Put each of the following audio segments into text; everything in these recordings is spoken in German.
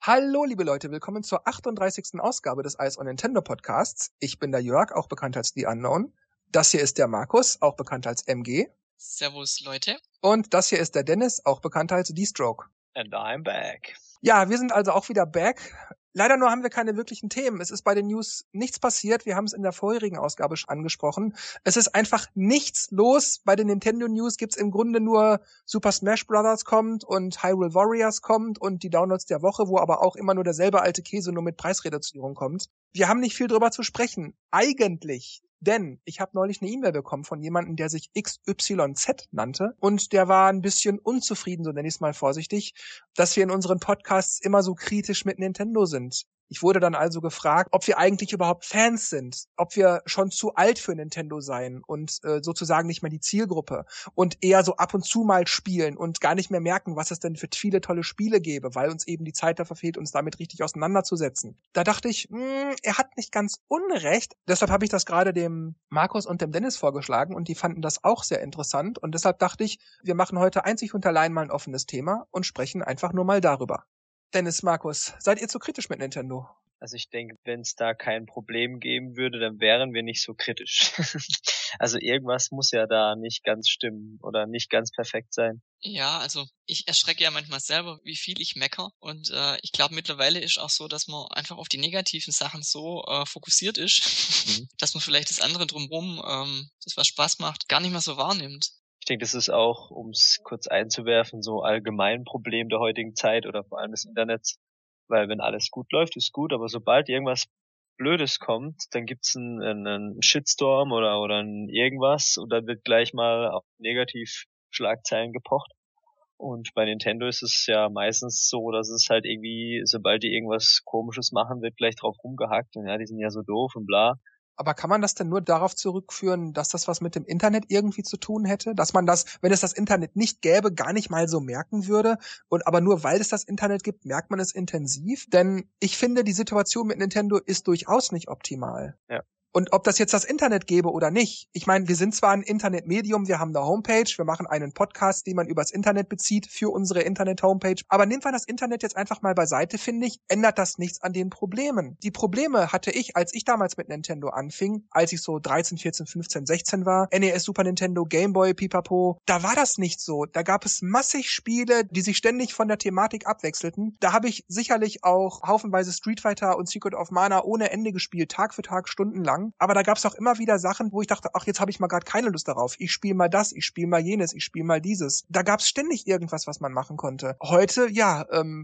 Hallo, liebe Leute, willkommen zur 38. Ausgabe des Eyes on Nintendo Podcasts. Ich bin der Jörg, auch bekannt als The Unknown. Das hier ist der Markus, auch bekannt als MG. Servus, Leute. Und das hier ist der Dennis, auch bekannt als D-Stroke. And I'm back. Ja, wir sind also auch wieder back. Leider nur haben wir keine wirklichen Themen. Es ist bei den News nichts passiert. Wir haben es in der vorherigen Ausgabe schon angesprochen. Es ist einfach nichts los. Bei den Nintendo News gibt's im Grunde nur Super Smash Bros. Kommt und Hyrule Warriors kommt und die Downloads der Woche, wo aber auch immer nur derselbe alte Käse nur mit Preisreduzierung kommt. Wir haben nicht viel drüber zu sprechen. Eigentlich. Denn ich habe neulich eine E-Mail bekommen von jemandem, der sich XYZ nannte und der war ein bisschen unzufrieden, so nenne ich es mal vorsichtig, dass wir in unseren Podcasts immer so kritisch mit Nintendo sind. Ich wurde dann also gefragt, ob wir eigentlich überhaupt Fans sind, ob wir schon zu alt für Nintendo seien und sozusagen nicht mehr die Zielgruppe und eher so ab und zu mal spielen und gar nicht mehr merken, was es denn für viele tolle Spiele gäbe, weil uns eben die Zeit dafür fehlt, uns damit richtig auseinanderzusetzen. Da dachte ich, er hat nicht ganz unrecht. Deshalb habe ich das gerade dem Markus und dem Dennis vorgeschlagen und die fanden das auch sehr interessant und deshalb dachte ich, wir machen heute einzig und allein mal ein offenes Thema und sprechen einfach nur mal darüber. Dennis, Markus, seid ihr zu kritisch mit Nintendo? Also ich denke, wenn es da kein Problem geben würde, dann wären wir nicht so kritisch. Also irgendwas muss ja da nicht ganz stimmen oder nicht ganz perfekt sein. Ja, also ich erschrecke ja manchmal selber, wie viel ich mecker. Und ich glaube, mittlerweile ist auch so, dass man einfach auf die negativen Sachen so fokussiert ist, dass man vielleicht das andere drumherum, das was Spaß macht, gar nicht mehr so wahrnimmt. Ich denke, das ist auch, um es kurz einzuwerfen, so allgemein Problem der heutigen Zeit oder vor allem des Internets. Weil wenn alles gut läuft, ist gut, aber sobald irgendwas Blödes kommt, dann gibt's einen Shitstorm oder ein irgendwas und dann wird gleich mal auf Negativ-Schlagzeilen gepocht. Und bei Nintendo ist es ja meistens so, dass es halt irgendwie, sobald die irgendwas Komisches machen, wird gleich drauf rumgehackt und ja, die sind ja so doof und bla. Aber kann man das denn nur darauf zurückführen, dass das was mit dem Internet irgendwie zu tun hätte? Dass man das, wenn es das Internet nicht gäbe, gar nicht mal so merken würde? Und aber nur weil es das Internet gibt, merkt man es intensiv? Denn ich finde, die Situation mit Nintendo ist durchaus nicht optimal. Ja. Und ob das jetzt das Internet gäbe oder nicht, ich meine, wir sind zwar ein Internetmedium, wir haben eine Homepage, wir machen einen Podcast, den man übers Internet bezieht für unsere Internet-Homepage, aber nimmt man das Internet jetzt einfach mal beiseite, finde ich, ändert das nichts an den Problemen. Die Probleme hatte ich, als ich damals mit Nintendo anfing, als ich so 13, 14, 15, 16 war, NES, Super Nintendo, Game Boy, Pipapo, da war das nicht so. Da gab es massig Spiele, die sich ständig von der Thematik abwechselten. Da habe ich sicherlich auch haufenweise Street Fighter und Secret of Mana ohne Ende gespielt, Tag für Tag, stundenlang. Aber da gab's auch immer wieder Sachen, wo ich dachte, ach, jetzt habe ich mal gerade keine Lust darauf. Ich spiele mal das, ich spiele mal jenes, ich spiele mal dieses. Da gab's ständig irgendwas, was man machen konnte. Heute, ja,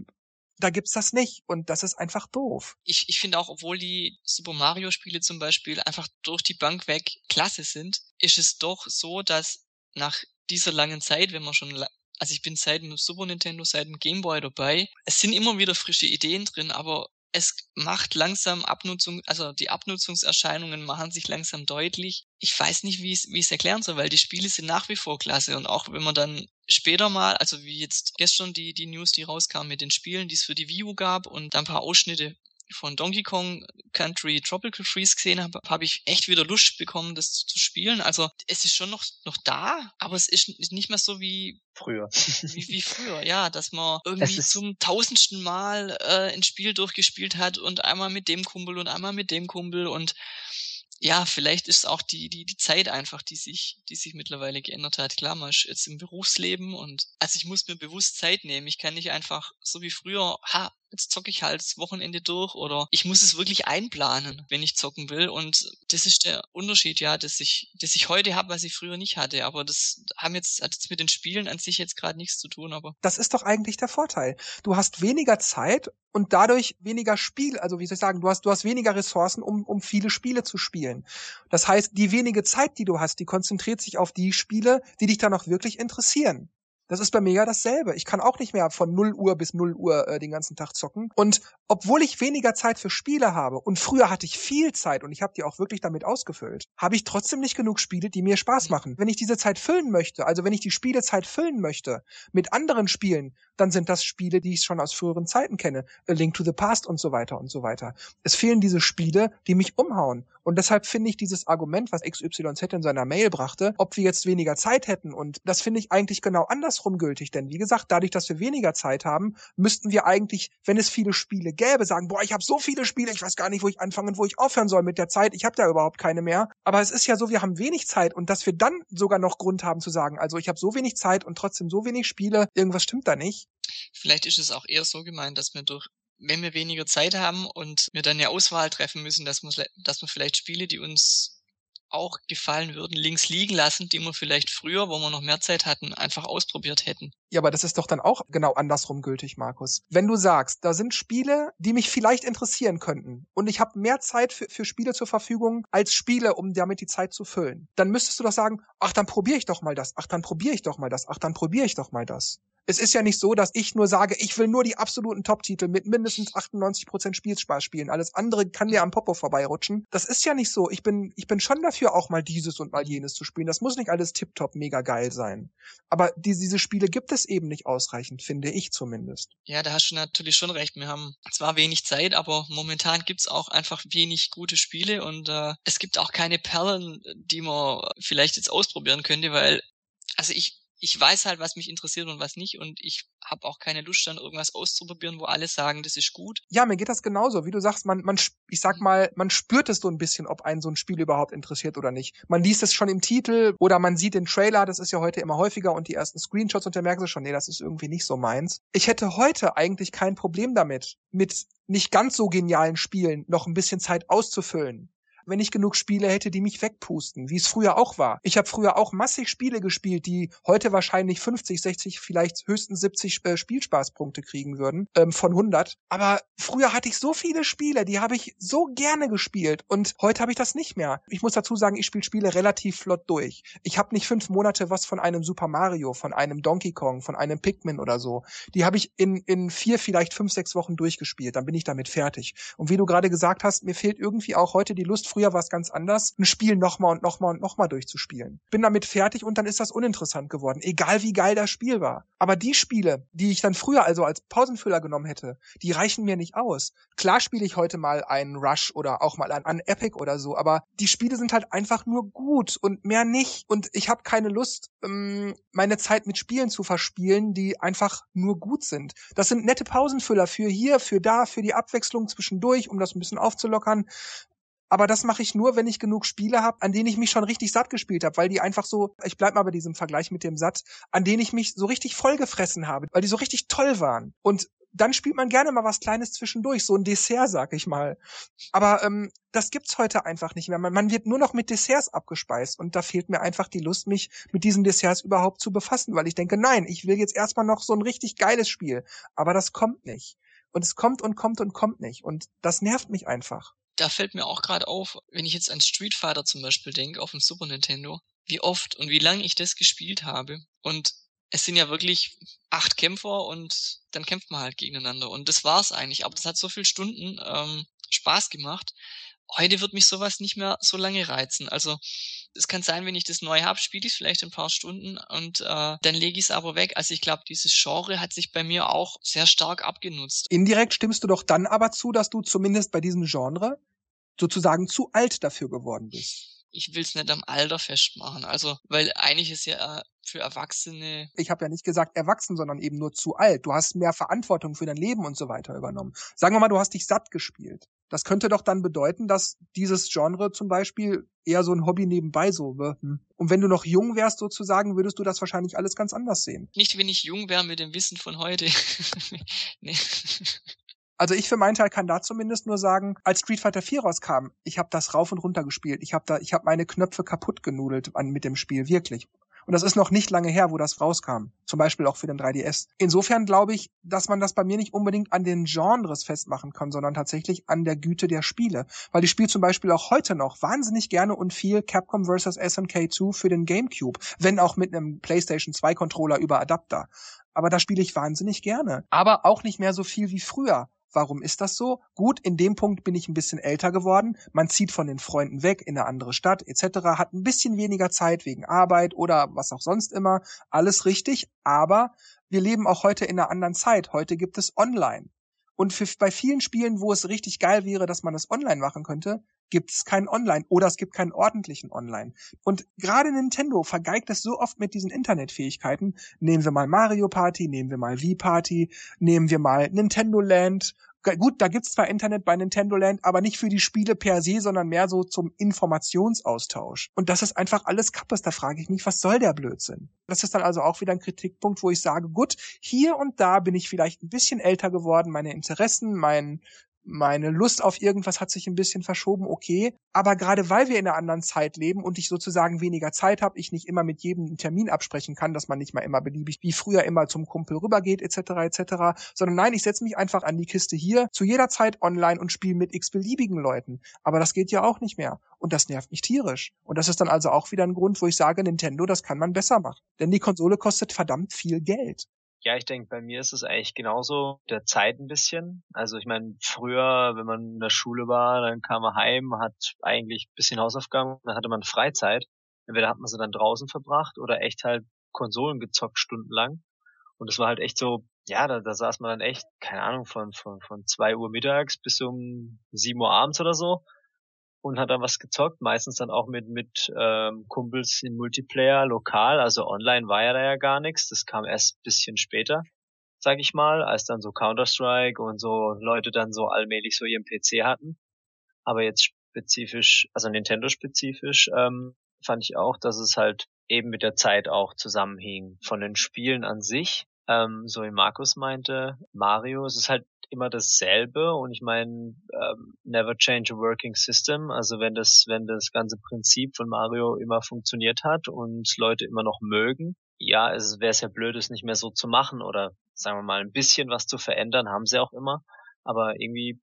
da gibt's das nicht und das ist einfach doof. Ich finde auch, obwohl die Super Mario Spiele zum Beispiel einfach durch die Bank weg klasse sind, ist es doch so, dass nach dieser langen Zeit, wenn man schon also ich bin seit dem Super Nintendo, seit dem Game Boy dabei, es sind immer wieder frische Ideen drin, aber es macht langsam also die Abnutzungserscheinungen machen sich langsam deutlich. Ich weiß nicht, wie ich es erklären soll, weil die Spiele sind nach wie vor klasse und auch wenn man dann später mal, also wie jetzt gestern die News, die rauskamen mit den Spielen, die es für die Wii U gab und dann ein paar Ausschnitte von Donkey Kong Country Tropical Freeze gesehen habe ich echt wieder Lust bekommen, das zu spielen. Also es ist schon noch da, aber es ist nicht mehr so wie früher. Wie früher, ja, dass man irgendwie zum 1000. Mal ein Spiel durchgespielt hat und einmal mit dem Kumpel und einmal mit dem Kumpel und ja, vielleicht ist auch die Zeit einfach, die sich mittlerweile geändert hat. Klar, man ist jetzt im Berufsleben und also ich muss mir bewusst Zeit nehmen. Ich kann nicht einfach so wie früher, jetzt zocke ich halt das Wochenende durch oder ich muss es wirklich einplanen, wenn ich zocken will und das ist der Unterschied, ja, dass ich heute habe, was ich früher nicht hatte, aber das hat jetzt mit den Spielen an sich jetzt gerade nichts zu tun, aber das ist doch eigentlich der Vorteil. Du hast weniger Zeit und dadurch weniger Spiel, also wie soll ich sagen, du hast weniger Ressourcen, um viele Spiele zu spielen. Das heißt, die wenige Zeit, die du hast, die konzentriert sich auf die Spiele, die dich dann auch wirklich interessieren. Das ist bei mir ja dasselbe. Ich kann auch nicht mehr von 0 Uhr bis 0 Uhr den ganzen Tag zocken. Und obwohl ich weniger Zeit für Spiele habe, und früher hatte ich viel Zeit und ich habe die auch wirklich damit ausgefüllt, habe ich trotzdem nicht genug Spiele, die mir Spaß machen. Wenn ich diese Zeit füllen möchte, also wenn ich die Spielezeit füllen möchte mit anderen Spielen, dann sind das Spiele, die ich schon aus früheren Zeiten kenne. A Link to the Past und so weiter und so weiter. Es fehlen diese Spiele, die mich umhauen. Und deshalb finde ich dieses Argument, was XYZ in seiner Mail brachte, ob wir jetzt weniger Zeit hätten, und das finde ich eigentlich genau anders andersrum gültig. Denn wie gesagt, dadurch, dass wir weniger Zeit haben, müssten wir eigentlich, wenn es viele Spiele gäbe, sagen, boah, ich habe so viele Spiele, ich weiß gar nicht, wo ich anfangen und wo ich aufhören soll mit der Zeit. Ich habe ja überhaupt keine mehr. Aber es ist ja so, wir haben wenig Zeit und dass wir dann sogar noch Grund haben zu sagen, also ich habe so wenig Zeit und trotzdem so wenig Spiele, irgendwas stimmt da nicht. Vielleicht ist es auch eher so gemeint, dass wir wenn wir weniger Zeit haben und wir dann eine Auswahl treffen müssen, dass wir vielleicht Spiele, die uns auch gefallen würden, links liegen lassen, die wir vielleicht früher, wo wir noch mehr Zeit hatten, einfach ausprobiert hätten. Ja, aber das ist doch dann auch genau andersrum gültig, Markus. Wenn du sagst, da sind Spiele, die mich vielleicht interessieren könnten und ich habe mehr Zeit für Spiele zur Verfügung als Spiele, um damit die Zeit zu füllen, dann müsstest du doch sagen, ach, dann probiere ich doch mal das, ach, dann probiere ich doch mal das, ach, dann probiere ich doch mal das. Es ist ja nicht so, dass ich nur sage, ich will nur die absoluten Top-Titel mit mindestens 98% Spielspaß spielen. Alles andere kann mir am Popo vorbeirutschen. Das ist ja nicht so. Ich bin schon dafür, auch mal dieses und mal jenes zu spielen. Das muss nicht alles tipptopp mega geil sein. Aber diese Spiele gibt es eben nicht ausreichend, finde ich zumindest. Ja, da hast du natürlich schon recht. Wir haben zwar wenig Zeit, aber momentan gibt's auch einfach wenig gute Spiele und es gibt auch keine Perlen, die man vielleicht jetzt ausprobieren könnte, weil, also ich weiß halt, was mich interessiert und was nicht und ich habe auch keine Lust, dann irgendwas auszuprobieren, wo alle sagen, das ist gut. Ja, mir geht das genauso. Wie du sagst, ich sag mal, man spürt es so ein bisschen, ob einen so ein Spiel überhaupt interessiert oder nicht. Man liest es schon im Titel oder man sieht den Trailer, das ist ja heute immer häufiger und die ersten Screenshots und da merkst du schon, nee, das ist irgendwie nicht so meins. Ich hätte heute eigentlich kein Problem damit, mit nicht ganz so genialen Spielen noch ein bisschen Zeit auszufüllen. Wenn ich genug Spiele hätte, die mich wegpusten, wie es früher auch war. Ich habe früher auch massig Spiele gespielt, die heute wahrscheinlich 50, 60, vielleicht höchstens 70 Spielspaßpunkte kriegen würden, von 100. Aber früher hatte ich so viele Spiele, die habe ich so gerne gespielt und heute habe ich das nicht mehr. Ich muss dazu sagen, ich spiele Spiele relativ flott durch. Ich habe nicht 5 Monate was von einem Super Mario, von einem Donkey Kong, von einem Pikmin oder so. Die habe ich in 4, vielleicht 5, 6 Wochen durchgespielt. Dann bin ich damit fertig. Und wie du gerade gesagt hast, mir fehlt irgendwie auch heute die Lust. Früher war es ganz anders, ein Spiel nochmal und nochmal und nochmal durchzuspielen. Bin damit fertig und dann ist das uninteressant geworden, egal wie geil das Spiel war. Aber die Spiele, die ich dann früher also als Pausenfüller genommen hätte, die reichen mir nicht aus. Klar spiele ich heute mal einen Rush oder auch mal einen Epic oder so, aber die Spiele sind halt einfach nur gut und mehr nicht. Und ich habe keine Lust, meine Zeit mit Spielen zu verspielen, die einfach nur gut sind. Das sind nette Pausenfüller für hier, für da, für die Abwechslung zwischendurch, um das ein bisschen aufzulockern. Aber das mache ich nur, wenn ich genug Spiele habe, an denen ich mich schon richtig satt gespielt habe, weil die einfach so, ich bleib mal bei diesem Vergleich mit dem Satt, an denen ich mich so richtig vollgefressen habe, weil die so richtig toll waren. Und dann spielt man gerne mal was Kleines zwischendurch, so ein Dessert, sag ich mal. Aber das gibt's heute einfach nicht mehr. Man wird nur noch mit Desserts abgespeist und da fehlt mir einfach die Lust, mich mit diesen Desserts überhaupt zu befassen, weil ich denke, nein, ich will jetzt erstmal noch so ein richtig geiles Spiel. Aber das kommt nicht. Und es kommt und kommt und kommt nicht. Und das nervt mich einfach. Da fällt mir auch gerade auf, wenn ich jetzt an Street Fighter zum Beispiel denke, auf dem Super Nintendo, wie oft und wie lange ich das gespielt habe. Und es sind ja wirklich 8 Kämpfer und dann kämpft man halt gegeneinander. Und das war's eigentlich. Aber das hat so viele Stunden Spaß gemacht. Heute wird mich sowas nicht mehr so lange reizen. Also es kann sein, wenn ich das neu habe, spiele ich es vielleicht ein paar Stunden und dann lege ich es aber weg. Also ich glaube, dieses Genre hat sich bei mir auch sehr stark abgenutzt. Indirekt stimmst du doch dann aber zu, dass du zumindest bei diesem Genre sozusagen zu alt dafür geworden bist. Ich will es nicht am Alter festmachen. Also, weil eigentlich ist ja für Erwachsene... Ich habe ja nicht gesagt erwachsen, sondern eben nur zu alt. Du hast mehr Verantwortung für dein Leben und so weiter übernommen. Sagen wir mal, du hast dich satt gespielt. Das könnte doch dann bedeuten, dass dieses Genre zum Beispiel eher so ein Hobby nebenbei so wird. Und wenn du noch jung wärst sozusagen, würdest du das wahrscheinlich alles ganz anders sehen. Nicht, wenn ich jung wäre mit dem Wissen von heute. Nee. Also ich für meinen Teil kann da zumindest nur sagen, als Street Fighter 4 rauskam, ich habe das rauf und runter gespielt. Ich habe meine Knöpfe kaputt genudelt mit dem Spiel, wirklich. Und das ist noch nicht lange her, wo das rauskam. Zum Beispiel auch für den 3DS. Insofern glaube ich, dass man das bei mir nicht unbedingt an den Genres festmachen kann, sondern tatsächlich an der Güte der Spiele. Weil ich spiele zum Beispiel auch heute noch wahnsinnig gerne und viel Capcom vs. SNK 2 für den GameCube. Wenn auch mit einem PlayStation 2 Controller über Adapter. Aber da spiele ich wahnsinnig gerne. Aber auch nicht mehr so viel wie früher. Warum ist das so? Gut, in dem Punkt bin ich ein bisschen älter geworden. Man zieht von den Freunden weg in eine andere Stadt etc., hat ein bisschen weniger Zeit wegen Arbeit oder was auch sonst immer. Alles richtig, aber wir leben auch heute in einer anderen Zeit. Heute gibt es online. Und bei vielen Spielen, wo es richtig geil wäre, dass man es online machen könnte, gibt es keinen Online oder es gibt keinen ordentlichen Online. Und gerade Nintendo vergeigt es so oft mit diesen Internetfähigkeiten. Nehmen wir mal Mario Party, nehmen wir mal Wii Party, nehmen wir mal Nintendo Land. Gut, da gibt's zwar Internet bei Nintendo Land, aber nicht für die Spiele per se, sondern mehr so zum Informationsaustausch. Und das ist einfach alles Kappes. Da frage ich mich, was soll der Blödsinn? Das ist dann also auch wieder ein Kritikpunkt, wo ich sage, gut, hier und da bin ich vielleicht ein bisschen älter geworden, meine Interessen, meine Lust auf irgendwas hat sich ein bisschen verschoben, okay. Aber gerade weil wir in einer anderen Zeit leben und ich sozusagen weniger Zeit habe, ich nicht immer mit jedem einen Termin absprechen kann, dass man nicht mal immer beliebig wie früher immer zum Kumpel rübergeht, etc., sondern nein, ich setze mich einfach an die Kiste hier, zu jeder Zeit online und spiele mit x-beliebigen Leuten. Aber das geht ja auch nicht mehr. Und das nervt mich tierisch. Und das ist dann also auch wieder ein Grund, wo ich sage, Nintendo, das kann man besser machen. Denn die Konsole kostet verdammt viel Geld. Ja, ich denke, bei mir ist es eigentlich genauso der Zeit ein bisschen. Also ich meine, früher, wenn man in der Schule war, dann kam man heim, hat eigentlich ein bisschen Hausaufgaben, dann hatte man Freizeit. Entweder hat man sie dann draußen verbracht oder echt halt Konsolen gezockt stundenlang. Und das war halt echt so, ja, da saß man dann echt, keine Ahnung, von 2 Uhr mittags bis um 7 Uhr abends oder so und hat dann was gezockt, meistens dann auch mit Kumpels in Multiplayer lokal, also online war ja da ja gar nichts, das kam erst ein bisschen später, sag ich mal, als dann so Counter-Strike und so Leute dann so allmählich so ihren PC hatten. Aber jetzt spezifisch, also Nintendo-spezifisch, fand ich auch, dass es halt eben mit der Zeit auch zusammenhing. Von den Spielen an sich, so wie Markus meinte, Mario, es ist halt immer dasselbe und ich meine, never change a working system. Also wenn das ganze Prinzip von Mario immer funktioniert hat und Leute immer noch mögen, ja, es wäre ja blöd, es nicht mehr so zu machen oder sagen wir mal ein bisschen was zu verändern, haben sie auch immer. Aber irgendwie,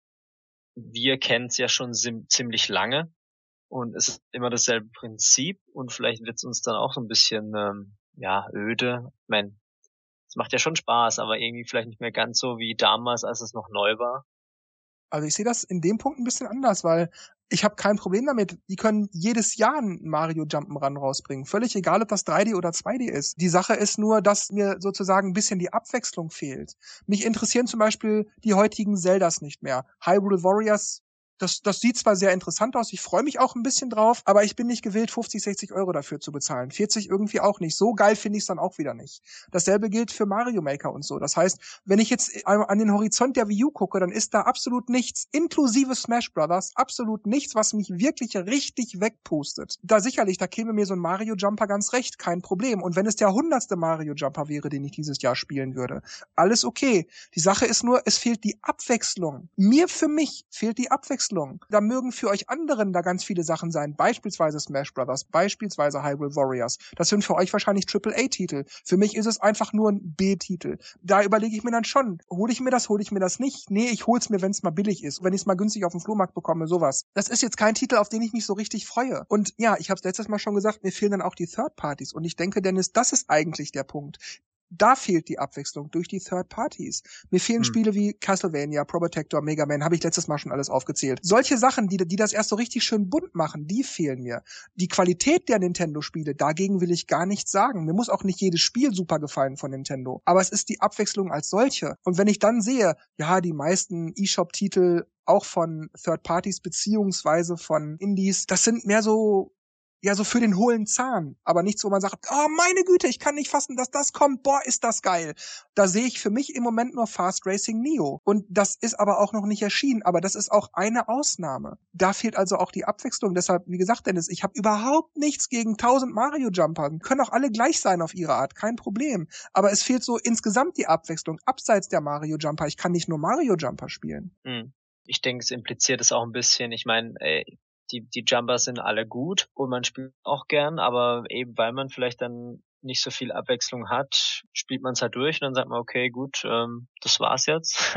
wir kennen es ja schon ziemlich lange und es ist immer dasselbe Prinzip und vielleicht wird es uns dann auch so ein bisschen, ja, öde. Ich meine, es macht ja schon Spaß, aber irgendwie vielleicht nicht mehr ganz so wie damals, als es noch neu war. Also ich sehe das in dem Punkt ein bisschen anders, weil ich habe kein Problem damit. Die können jedes Jahr einen Mario Jump'n'Run rausbringen. Völlig egal, ob das 3D oder 2D ist. Die Sache ist nur, dass mir sozusagen ein bisschen die Abwechslung fehlt. Mich interessieren zum Beispiel die heutigen Zeldas nicht mehr. Hyrule Warriors, das sieht zwar sehr interessant aus, ich freue mich auch ein bisschen drauf, aber ich bin nicht gewillt, 50, 60 Euro dafür zu bezahlen. 40 irgendwie auch nicht. So geil finde ich es dann auch wieder nicht. Dasselbe gilt für Mario Maker und so. Das heißt, wenn ich jetzt an den Horizont der Wii U gucke, dann ist da absolut nichts, inklusive Smash Brothers, absolut nichts, was mich wirklich richtig wegpustet. Da sicherlich, da käme mir so ein Mario Jumper ganz recht, kein Problem. Und wenn es der 100. Mario Jumper wäre, den ich dieses Jahr spielen würde, alles okay. Die Sache ist nur, es fehlt die Abwechslung. Für mich fehlt die Abwechslung. Da mögen für euch anderen da ganz viele Sachen sein, beispielsweise Smash Brothers, beispielsweise Hyrule Warriors. Das sind für euch wahrscheinlich AAA-Titel. Für mich ist es einfach nur ein B-Titel. Da überlege ich mir dann schon, hole ich mir das nicht? Nee, ich hol's mir, wenn es mal billig ist. Wenn ich es mal günstig auf dem Flohmarkt bekomme, sowas. Das ist jetzt kein Titel, auf den ich mich so richtig freue. Und ja, ich habe es letztes Mal schon gesagt, mir fehlen dann auch die Third Parties. Und ich denke, Dennis, das ist eigentlich der Punkt. Da fehlt die Abwechslung durch die Third Parties. Mir fehlen Spiele wie Castlevania, Probotector, Mega Man, habe ich letztes Mal schon alles aufgezählt. Solche Sachen, die das erst so richtig schön bunt machen, die fehlen mir. Die Qualität der Nintendo-Spiele, dagegen will ich gar nichts sagen. Mir muss auch nicht jedes Spiel super gefallen von Nintendo. Aber es ist die Abwechslung als solche. Und wenn ich dann sehe, ja, die meisten eShop-Titel auch von Third Parties beziehungsweise von Indies, das sind mehr so für den hohlen Zahn, aber nichts, wo man sagt, oh meine Güte, ich kann nicht fassen, dass das kommt, boah, ist das geil. Da sehe ich für mich im Moment nur Fast Racing Neo. Und das ist aber auch noch nicht erschienen, aber das ist auch eine Ausnahme. Da fehlt also auch die Abwechslung. Deshalb, wie gesagt, Dennis, ich habe überhaupt nichts gegen 1000 Mario Jumper. Können auch alle gleich sein auf ihre Art, kein Problem. Aber es fehlt so insgesamt die Abwechslung, abseits der Mario Jumper. Ich kann nicht nur Mario Jumper spielen. Ich denke, es impliziert es auch ein bisschen. Ich meine, die Jumper sind alle gut und man spielt auch gern, aber eben weil man vielleicht dann nicht so viel Abwechslung hat, spielt man es halt durch und dann sagt man, okay, gut, das war's jetzt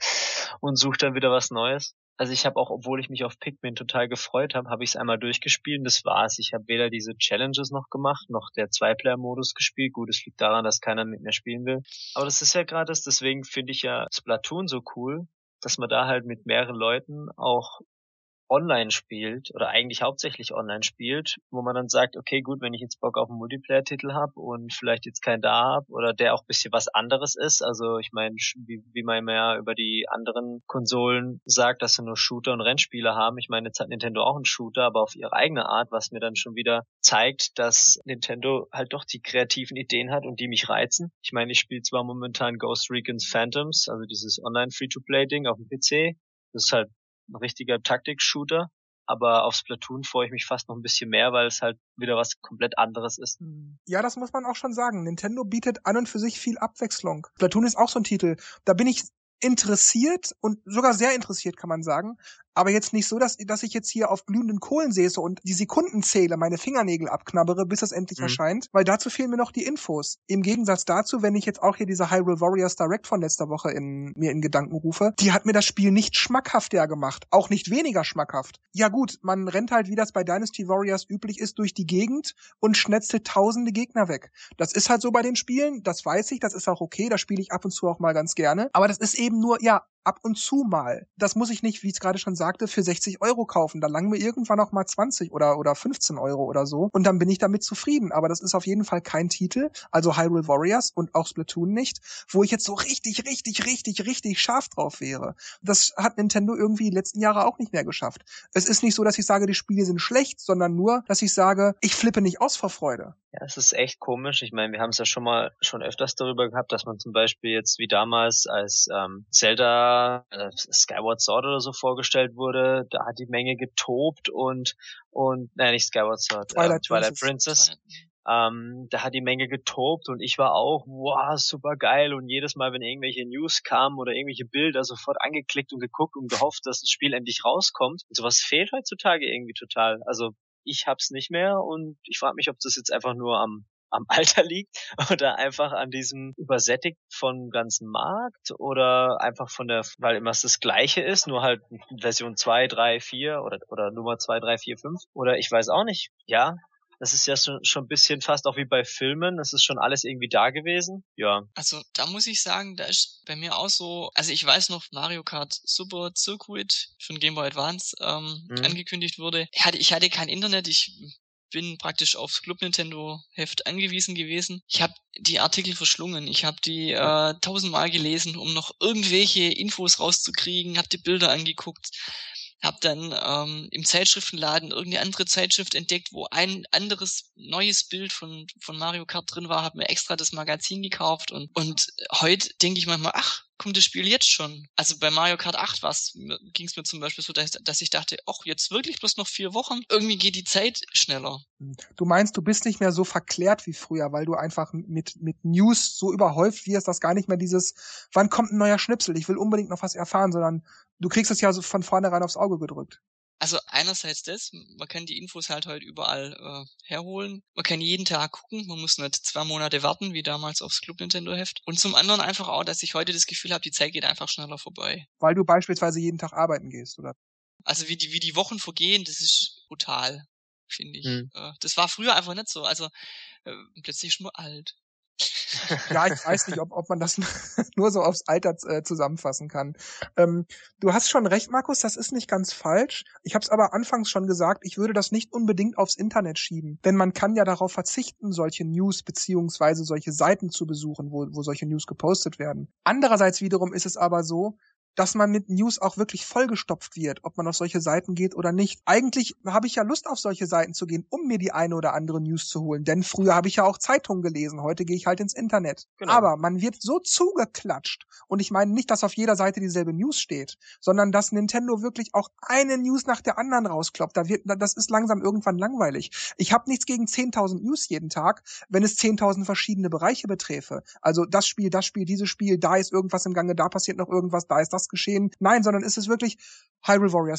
und sucht dann wieder was Neues. Also ich habe auch, obwohl ich mich auf Pikmin total gefreut habe, habe ich es einmal durchgespielt und das war's. Ich habe weder diese Challenges noch gemacht, noch der Zwei-Player-Modus gespielt. Gut, es liegt daran, dass keiner mit mir spielen will. Aber das ist ja gerade das, deswegen finde ich ja Splatoon so cool, dass man da halt mit mehreren Leuten auch online spielt oder eigentlich hauptsächlich online spielt, wo man dann sagt, okay, gut, wenn ich jetzt Bock auf einen Multiplayer-Titel habe und vielleicht jetzt keinen da habe oder der auch ein bisschen was anderes ist, also ich meine, wie man ja über die anderen Konsolen sagt, dass sie nur Shooter und Rennspiele haben. Ich meine, jetzt hat Nintendo auch einen Shooter, aber auf ihre eigene Art, was mir dann schon wieder zeigt, dass Nintendo halt doch die kreativen Ideen hat und die mich reizen. Ich meine, ich spiele zwar momentan Ghost Recon's Phantoms, also dieses Online-Free-to-Play-Ding auf dem PC. Das ist halt ein richtiger Taktik-Shooter, aber auf Splatoon freue ich mich fast noch ein bisschen mehr, weil es halt wieder was komplett anderes ist. Ja, das muss man auch schon sagen. Nintendo bietet an und für sich viel Abwechslung. Splatoon ist auch so ein Titel. Da bin ich interessiert und sogar sehr interessiert, kann man sagen. Aber jetzt nicht so, dass ich jetzt hier auf glühenden Kohlen säße und die Sekunden zähle, meine Fingernägel abknabbere, bis es endlich erscheint, weil dazu fehlen mir noch die Infos. Im Gegensatz dazu, wenn ich jetzt auch hier diese Hyrule Warriors Direct von letzter Woche mir in Gedanken rufe, die hat mir das Spiel nicht schmackhafter gemacht, auch nicht weniger schmackhaft. Ja gut, man rennt halt, wie das bei Dynasty Warriors üblich ist, durch die Gegend und schnetzelt tausende Gegner weg. Das ist halt so bei den Spielen, das weiß ich, das ist auch okay, das spiele ich ab und zu auch mal ganz gerne, aber das ist eben nur, ja, ab und zu mal. Das muss ich nicht, wie ich es gerade schon sagte, für 60 € kaufen. Da langen mir irgendwann auch mal 20 oder 15 € oder so. Und dann bin ich damit zufrieden. Aber das ist auf jeden Fall kein Titel, also Hyrule Warriors und auch Splatoon nicht, wo ich jetzt so richtig scharf drauf wäre. Das hat Nintendo irgendwie die letzten Jahre auch nicht mehr geschafft. Es ist nicht so, dass ich sage, die Spiele sind schlecht, sondern nur, dass ich sage, ich flippe nicht aus vor Freude. Ja, es ist echt komisch. Ich meine, wir haben es ja schon öfters darüber gehabt, dass man zum Beispiel jetzt wie damals als Zelda Skyward Sword oder so vorgestellt wurde, da hat die Menge getobt und nicht Skyward Sword, Twilight Princess. Da hat die Menge getobt und ich war auch, wow, super geil, und jedes Mal, wenn irgendwelche News kamen oder irgendwelche Bilder, sofort angeklickt und geguckt und gehofft, dass das Spiel endlich rauskommt. Und sowas fehlt heutzutage irgendwie total. Also ich hab's nicht mehr und ich frage mich, ob das jetzt einfach nur am Alter liegt oder einfach an diesem Übersättigt von ganzen Markt oder einfach weil immer es das Gleiche ist, nur halt Version 2, 3, 4 oder Nummer 2, 3, 4, 5 oder ich weiß auch nicht. Ja, das ist ja schon ein bisschen fast auch wie bei Filmen. Das ist schon alles irgendwie da gewesen. Ja. Also da muss ich sagen, da ist bei mir auch so, also ich weiß noch, Mario Kart Super Circuit von Game Boy Advance angekündigt wurde. Ich hatte kein Internet, ich bin praktisch aufs Club Nintendo Heft angewiesen gewesen. Ich habe die Artikel verschlungen, ich habe die 1000-mal gelesen, um noch irgendwelche Infos rauszukriegen, habe die Bilder angeguckt. Hab dann im Zeitschriftenladen irgendeine andere Zeitschrift entdeckt, wo ein anderes neues Bild von Mario Kart drin war, hab mir extra das Magazin gekauft und heute denke ich manchmal, ach, kommt das Spiel jetzt schon? Also bei Mario Kart 8 ging es mir zum Beispiel so, dass ich dachte, ach, jetzt wirklich bloß noch 4 Wochen? Irgendwie geht die Zeit schneller. Du meinst, du bist nicht mehr so verklärt wie früher, weil du einfach mit News so überhäuft wirst, dass gar nicht mehr dieses, wann kommt ein neuer Schnipsel, ich will unbedingt noch was erfahren, sondern du kriegst es ja so von vornherein aufs Auge gedrückt. Also einerseits man kann die Infos halt heute überall herholen. Man kann jeden Tag gucken, man muss nicht 2 Monate warten, wie damals aufs Club Nintendo Heft. Und zum anderen einfach auch, dass ich heute das Gefühl habe, die Zeit geht einfach schneller vorbei. Weil du beispielsweise jeden Tag arbeiten gehst, oder? Also wie die Wochen vergehen, das ist brutal, finde ich. Das war früher einfach nicht so. Also plötzlich schon mal alt. Ja, ich weiß nicht, ob man das nur so aufs Alter zusammenfassen kann. Du hast schon recht, Markus, das ist nicht ganz falsch. Ich habe es aber anfangs schon gesagt, ich würde das nicht unbedingt aufs Internet schieben. Denn man kann ja darauf verzichten, solche News beziehungsweise solche Seiten zu besuchen, wo solche News gepostet werden. Andererseits wiederum ist es aber so, dass man mit News auch wirklich vollgestopft wird, ob man auf solche Seiten geht oder nicht. Eigentlich habe ich ja Lust, auf solche Seiten zu gehen, um mir die eine oder andere News zu holen. Denn früher habe ich ja auch Zeitungen gelesen, heute gehe ich halt ins Internet. Genau. Aber man wird so zugeklatscht. Und ich meine nicht, dass auf jeder Seite dieselbe News steht, sondern dass Nintendo wirklich auch eine News nach der anderen rauskloppt. Das ist langsam irgendwann langweilig. Ich habe nichts gegen 10.000 News jeden Tag, wenn es 10.000 verschiedene Bereiche beträfe. Also das Spiel, dieses Spiel, da ist irgendwas im Gange, da passiert noch irgendwas, da ist das geschehen. Nein, sondern ist es wirklich Hyrule Warriors,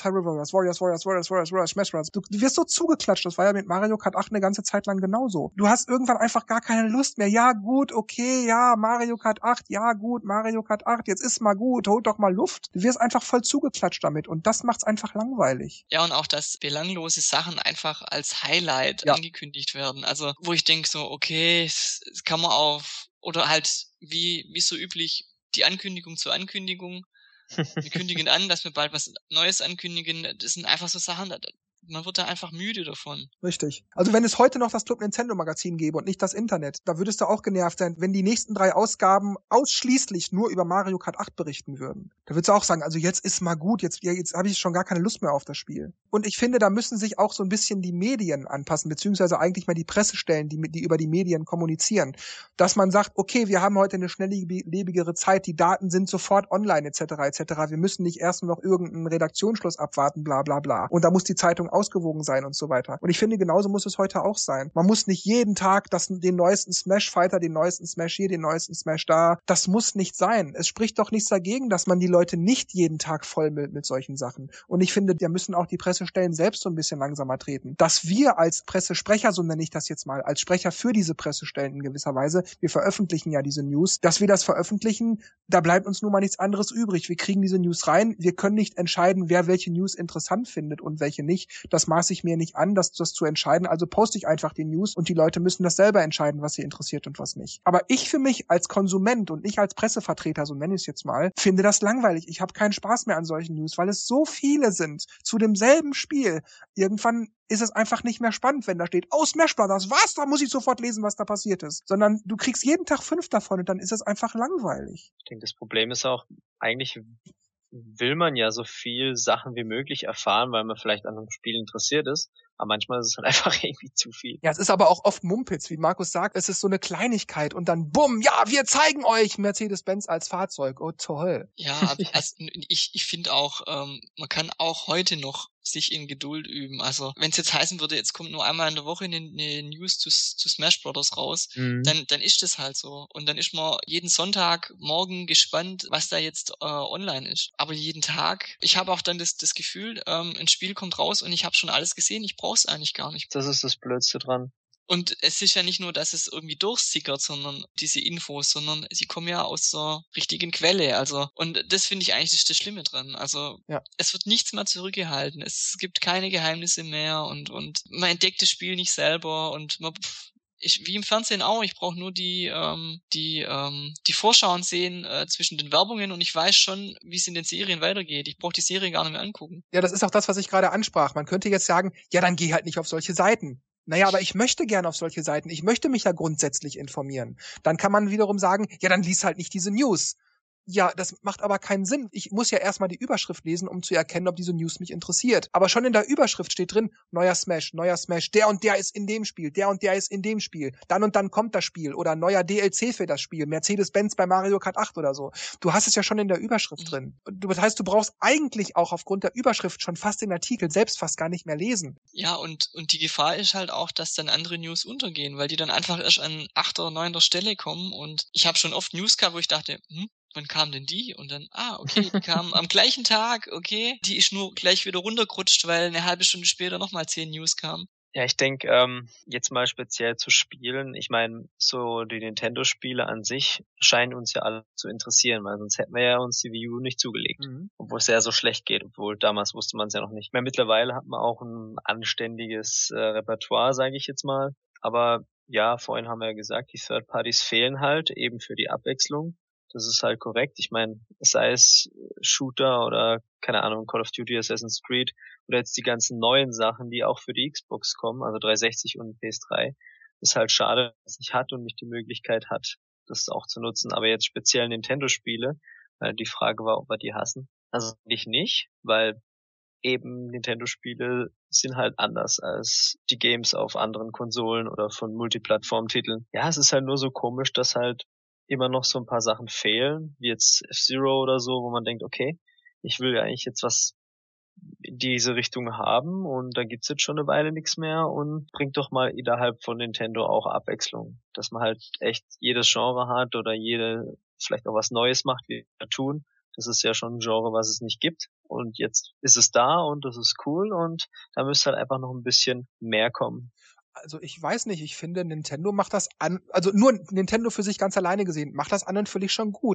Smash Bros. Du wirst so zugeklatscht. Das war ja mit Mario Kart 8 eine ganze Zeit lang genauso. Du hast irgendwann einfach gar keine Lust mehr. Ja, gut, okay, ja, Mario Kart 8, ja, gut, Mario Kart 8, jetzt ist mal gut, holt doch mal Luft. Du wirst einfach voll zugeklatscht damit und das macht's einfach langweilig. Ja, und auch, dass belanglose Sachen einfach als Highlight angekündigt werden. Also, wo ich denke so, okay, das kann man oder halt, wie so üblich, die Ankündigung zur Ankündigung. Wir kündigen an, dass wir bald was Neues ankündigen. Das sind einfach so Sachen, man wird da einfach müde davon. Richtig. Also wenn es heute noch das Club Nintendo Magazin gäbe und nicht das Internet, da würdest du auch genervt sein, wenn die nächsten 3 Ausgaben ausschließlich nur über Mario Kart 8 berichten würden. Da würdest du auch sagen, also jetzt ist mal gut, jetzt habe ich schon gar keine Lust mehr auf das Spiel. Und ich finde, da müssen sich auch so ein bisschen die Medien anpassen, beziehungsweise eigentlich mal die Pressestellen, die über die Medien kommunizieren. Dass man sagt, okay, wir haben heute eine schnelllebigere Zeit, die Daten sind sofort online, etc., etc. Wir müssen nicht erst noch irgendeinen Redaktionsschluss abwarten, bla bla bla. Und da muss die Zeitung ausgewogen sein und so weiter. Und ich finde, genauso muss es heute auch sein. Man muss nicht jeden Tag den neuesten Smash-Fighter, den neuesten Smash hier, den neuesten Smash da. Das muss nicht sein. Es spricht doch nichts dagegen, dass man die Leute nicht jeden Tag vollmüllt mit solchen Sachen. Und ich finde, da müssen auch die Pressestellen selbst so ein bisschen langsamer treten. Dass wir als Pressesprecher, so nenne ich das jetzt mal, als Sprecher für diese Pressestellen in gewisser Weise, wir veröffentlichen ja diese News, dass wir das veröffentlichen, da bleibt uns nun mal nichts anderes übrig. Wir kriegen diese News rein, wir können nicht entscheiden, wer welche News interessant findet und welche nicht. Das maße ich mir nicht an, das zu entscheiden. Also poste ich einfach die News und die Leute müssen das selber entscheiden, was sie interessiert und was nicht. Aber ich für mich als Konsument und ich als Pressevertreter, so nenne ich es jetzt mal, finde das langweilig. Ich habe keinen Spaß mehr an solchen News, weil es so viele sind zu demselben Spiel. Irgendwann ist es einfach nicht mehr spannend, wenn da steht, oh, Smash Brothers, was? Da muss ich sofort lesen, was da passiert ist. Sondern du kriegst jeden Tag 5 davon und dann ist es einfach langweilig. Ich denke, das Problem ist auch, eigentlich will man ja so viel Sachen wie möglich erfahren, weil man vielleicht an einem Spiel interessiert ist. Aber manchmal ist es halt einfach irgendwie zu viel. Ja, es ist aber auch oft Mumpitz, wie Markus sagt. Es ist so eine Kleinigkeit und dann bumm, ja, wir zeigen euch Mercedes-Benz als Fahrzeug. Oh, toll. Ja, also ich finde auch, man kann auch heute noch sich in Geduld üben. Also wenn es jetzt heißen würde, jetzt kommt nur einmal in der Woche eine News zu Smash Brothers raus, dann ist das halt so. Und dann ist man jeden Sonntagmorgen gespannt, was da jetzt online ist. Aber jeden Tag, ich habe auch dann das Gefühl, ein Spiel kommt raus und ich habe schon alles gesehen, ich brauche es eigentlich gar nicht. Das ist das Blödste dran. Und es ist ja nicht nur, dass es irgendwie durchsickert, sondern diese Infos, sondern sie kommen ja aus der richtigen Quelle. Also, und das finde ich eigentlich das Schlimme dran. Also, ja. Es wird nichts mehr zurückgehalten. Es gibt keine Geheimnisse mehr und man entdeckt das Spiel nicht selber und wie im Fernsehen auch, ich brauche nur die Vorschauen sehen zwischen den Werbungen und ich weiß schon, wie es in den Serien weitergeht. Ich brauche die Serie gar nicht mehr angucken. Ja, das ist auch das, was ich gerade ansprach. Man könnte jetzt sagen, ja, dann geh halt nicht auf solche Seiten. Naja, aber ich möchte gerne auf solche Seiten. Ich möchte mich ja grundsätzlich informieren. Dann kann man wiederum sagen, ja, dann lies halt nicht diese News. Ja, das macht aber keinen Sinn. Ich muss ja erstmal die Überschrift lesen, um zu erkennen, ob diese News mich interessiert. Aber schon in der Überschrift steht drin, neuer Smash, der und der ist in dem Spiel, der und der ist in dem Spiel. Dann und dann kommt das Spiel oder neuer DLC für das Spiel, Mercedes-Benz bei Mario Kart 8 oder so. Du hast es ja schon in der Überschrift drin. Das heißt, du brauchst eigentlich auch aufgrund der Überschrift schon fast den Artikel selbst fast gar nicht mehr lesen. Ja, und die Gefahr ist halt auch, dass dann andere News untergehen, weil die dann einfach erst an 8. oder 9. Stelle kommen und ich habe schon oft News gehabt, wo ich dachte, wann kam denn die? Und dann, okay, die kam am gleichen Tag, okay. Die ist nur gleich wieder runtergerutscht, weil eine halbe Stunde später nochmal 10 News kamen. Ja, ich denke, jetzt mal speziell zu Spielen, ich meine, so die Nintendo-Spiele an sich scheinen uns ja alle zu interessieren, weil sonst hätten wir ja uns die Wii U nicht zugelegt, obwohl es ja so schlecht geht, obwohl damals wusste man es ja noch nicht. Ich meine, mittlerweile hat man auch ein anständiges Repertoire, sage ich jetzt mal, aber ja, vorhin haben wir ja gesagt, die Third Parties fehlen halt eben für die Abwechslung. Das ist halt korrekt. Ich meine, sei es Shooter oder, keine Ahnung, Call of Duty, Assassin's Creed oder jetzt die ganzen neuen Sachen, die auch für die Xbox kommen, also 360 und PS3. Ist halt schade, dass es nicht hat und nicht die Möglichkeit hat, das auch zu nutzen. Aber jetzt speziell Nintendo-Spiele, die Frage war, ob wir die hassen. Also ich nicht, weil eben Nintendo-Spiele sind halt anders als die Games auf anderen Konsolen oder von Multiplattform-Titeln. Ja, es ist halt nur so komisch, dass halt immer noch so ein paar Sachen fehlen, wie jetzt F-Zero oder so, wo man denkt, okay, ich will ja eigentlich jetzt was in diese Richtung haben und da gibt's jetzt schon eine Weile nichts mehr und bringt doch mal innerhalb von Nintendo auch Abwechslung, dass man halt echt jedes Genre hat oder vielleicht auch was Neues macht, wie Cartoon. Das ist ja schon ein Genre, was es nicht gibt und jetzt ist es da und das ist cool und da müsste halt einfach noch ein bisschen mehr kommen. Also ich weiß nicht, ich finde Nintendo macht das also nur Nintendo für sich ganz alleine gesehen, macht das an und für sich schon gut.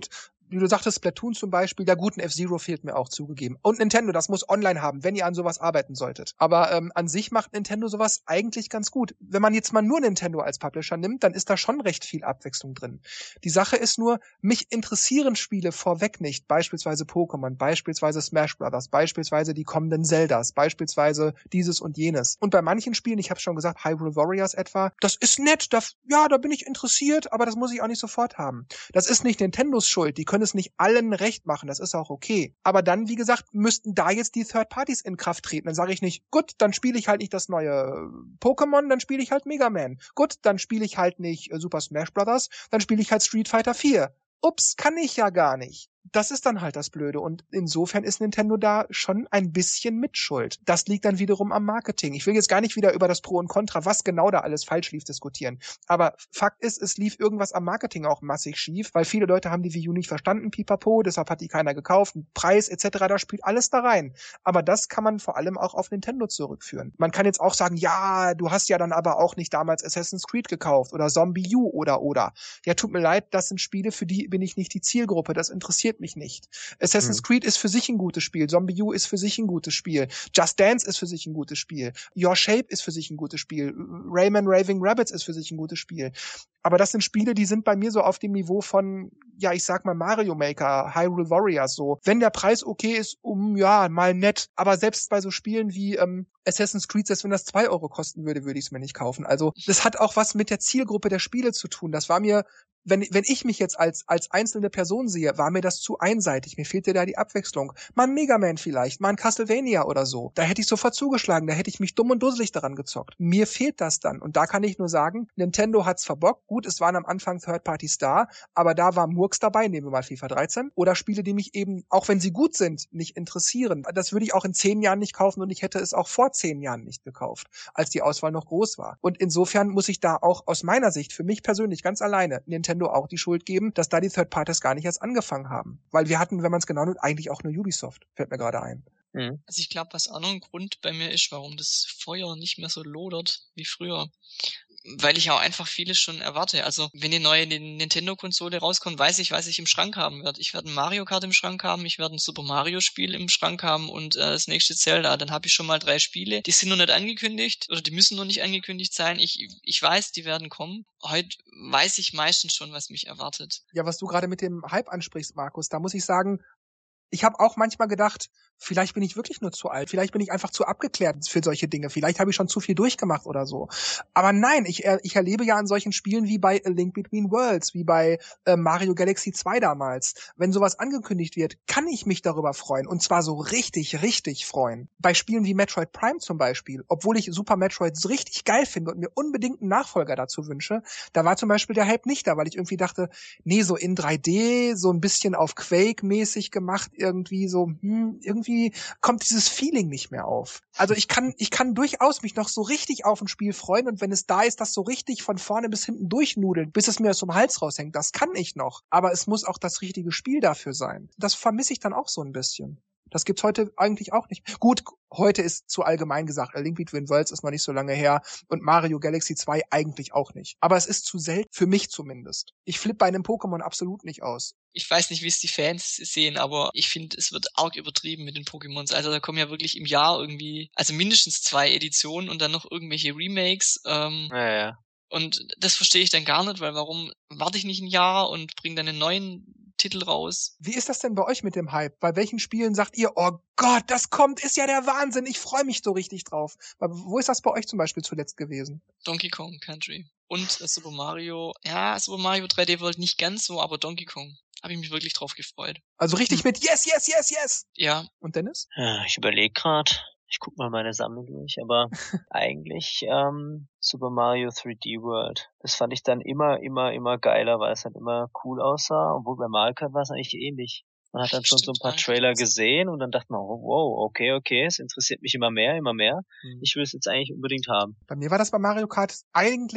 wie du sagtest, Splatoon zum Beispiel, der guten F-Zero fehlt mir auch zugegeben. Und Nintendo, das muss online haben, wenn ihr an sowas arbeiten solltet. Aber an sich macht Nintendo sowas eigentlich ganz gut. Wenn man jetzt mal nur Nintendo als Publisher nimmt, dann ist da schon recht viel Abwechslung drin. Die Sache ist nur, mich interessieren Spiele vorweg nicht. Beispielsweise Pokémon, beispielsweise Smash Brothers, beispielsweise die kommenden Zeldas, beispielsweise dieses und jenes. Und bei manchen Spielen, ich habe schon gesagt, Hyrule Warriors etwa, das ist nett, da bin ich interessiert, aber das muss ich auch nicht sofort haben. Das ist nicht Nintendos Schuld, die können es nicht allen recht machen, das ist auch okay. Aber dann, wie gesagt, müssten da jetzt die Third Parties in Kraft treten. Dann sage ich nicht, gut, dann spiele ich halt nicht das neue Pokémon, dann spiele ich halt Mega Man. Gut, dann spiele ich halt nicht Super Smash Brothers, dann spiele ich halt Street Fighter 4. Ups, kann ich ja gar nicht. Das ist dann halt das Blöde. Und insofern ist Nintendo da schon ein bisschen Mitschuld. Das liegt dann wiederum am Marketing. Ich will jetzt gar nicht wieder über das Pro und Contra, was genau da alles falsch lief, diskutieren. Aber Fakt ist, es lief irgendwas am Marketing auch massig schief, weil viele Leute haben die Wii U nicht verstanden, pipapo, deshalb hat die keiner gekauft, Preis etc., da spielt alles da rein. Aber das kann man vor allem auch auf Nintendo zurückführen. Man kann jetzt auch sagen, ja, du hast ja dann aber auch nicht damals Assassin's Creed gekauft oder Zombie U oder. Ja, tut mir leid, das sind Spiele, für die bin ich nicht die Zielgruppe, das interessiert mich nicht. Assassin's Creed ist für sich ein gutes Spiel, Zombie U ist für sich ein gutes Spiel, Just Dance ist für sich ein gutes Spiel, Your Shape ist für sich ein gutes Spiel, Rayman Raving Rabbids ist für sich ein gutes Spiel. Aber das sind Spiele, die sind bei mir so auf dem Niveau von, ja, ich sag mal Mario Maker, Hyrule Warriors so. Wenn der Preis okay ist, mal nett. Aber selbst bei so Spielen wie Assassin's Creed, selbst wenn das 2 Euro kosten würde, würde ich es mir nicht kaufen. Also das hat auch was mit der Zielgruppe der Spiele zu tun. Das war mir, wenn ich mich jetzt als einzelne Person sehe, war mir das zu einseitig. Mir fehlte da die Abwechslung. Mal ein Mega Man vielleicht, mal ein Castlevania oder so. Da hätte ich sofort zugeschlagen, da hätte ich mich dumm und dusselig daran gezockt. Mir fehlt das dann. Und da kann ich nur sagen, Nintendo hat's verbockt. Gut, es waren am Anfang Third-Parties da, aber da war Murks dabei, nehmen wir mal FIFA 13. Oder Spiele, die mich eben, auch wenn sie gut sind, nicht interessieren. Das würde ich auch in 10 Jahren nicht kaufen und ich hätte es auch vor 10 Jahren nicht gekauft, als die Auswahl noch groß war. Und insofern muss ich da auch aus meiner Sicht, für mich persönlich ganz alleine, Nintendo auch die Schuld geben, dass da die Third-Parties gar nicht erst angefangen haben. Weil wir hatten, wenn man es genau nimmt, eigentlich auch nur Ubisoft. Fällt mir gerade ein. Also ich glaube, was auch noch ein Grund bei mir ist, warum das Feuer nicht mehr so lodert wie früher. Weil ich auch einfach vieles schon erwarte. Also wenn die neue Nintendo-Konsole rauskommt, weiß ich, was ich im Schrank haben werde. Ich werde ein Mario Kart im Schrank haben, ich werde ein Super Mario-Spiel im Schrank haben und das nächste Zelda. Dann habe ich schon mal 3 Spiele. Die sind noch nicht angekündigt oder die müssen noch nicht angekündigt sein. Ich weiß, die werden kommen. Heute weiß ich meistens schon, was mich erwartet. Ja, was du gerade mit dem Hype ansprichst, Markus, da muss ich sagen, ich habe auch manchmal gedacht, vielleicht bin ich wirklich nur zu alt, vielleicht bin ich einfach zu abgeklärt für solche Dinge, vielleicht habe ich schon zu viel durchgemacht oder so. Aber nein, ich erlebe ja an solchen Spielen wie bei A Link Between Worlds, wie bei Mario Galaxy 2 damals. Wenn sowas angekündigt wird, kann ich mich darüber freuen und zwar so richtig, richtig freuen. Bei Spielen wie Metroid Prime zum Beispiel, obwohl ich Super Metroid so richtig geil finde und mir unbedingt einen Nachfolger dazu wünsche, da war zum Beispiel der Hype nicht da, weil ich irgendwie dachte, nee, so in 3D, so ein bisschen auf Quake-mäßig gemacht, irgendwie so, irgendwie kommt dieses Feeling nicht mehr auf. Also ich kann durchaus mich noch so richtig auf ein Spiel freuen und wenn es da ist, das so richtig von vorne bis hinten durchnudeln, bis es mir aus dem Hals raushängt, das kann ich noch. Aber es muss auch das richtige Spiel dafür sein. Das vermisse ich dann auch so ein bisschen. Das gibt's heute eigentlich auch nicht. Gut, heute ist zu allgemein gesagt, A Link Between Worlds ist noch nicht so lange her und Mario Galaxy 2 eigentlich auch nicht. Aber es ist zu selten, für mich zumindest. Ich flippe bei einem Pokémon absolut nicht aus. Ich weiß nicht, wie es die Fans sehen, aber ich finde, es wird arg übertrieben mit den Pokémons. Also da kommen ja wirklich im Jahr irgendwie, also mindestens 2 Editionen und dann noch irgendwelche Remakes. Ja. Und das verstehe ich dann gar nicht, weil warum warte ich nicht ein Jahr und bringe dann einen neuen Titel raus? Wie ist das denn bei euch mit dem Hype? Bei welchen Spielen sagt ihr, oh Gott, das kommt, ist ja der Wahnsinn, ich freue mich so richtig drauf. Wo ist das bei euch zum Beispiel zuletzt gewesen? Donkey Kong Country. Und Super Mario, ja, Super Mario 3D World nicht ganz so, aber Donkey Kong. Habe ich mich wirklich drauf gefreut. Also richtig mit Yes, yes, yes, yes. Ja. Und Dennis? Ja, ich überlege gerade. Ich guck mal meine Sammlung durch, aber eigentlich Super Mario 3D World. Das fand ich dann immer geiler, weil es halt immer cool aussah, obwohl bei Mario Kart war es eigentlich ähnlich. Man hat dann schon so ein paar Trailer gesehen und dann dachte man, oh, wow, okay, es interessiert mich immer mehr. Ich will es jetzt eigentlich unbedingt haben. Bei mir war das bei Mario Kart eigentlich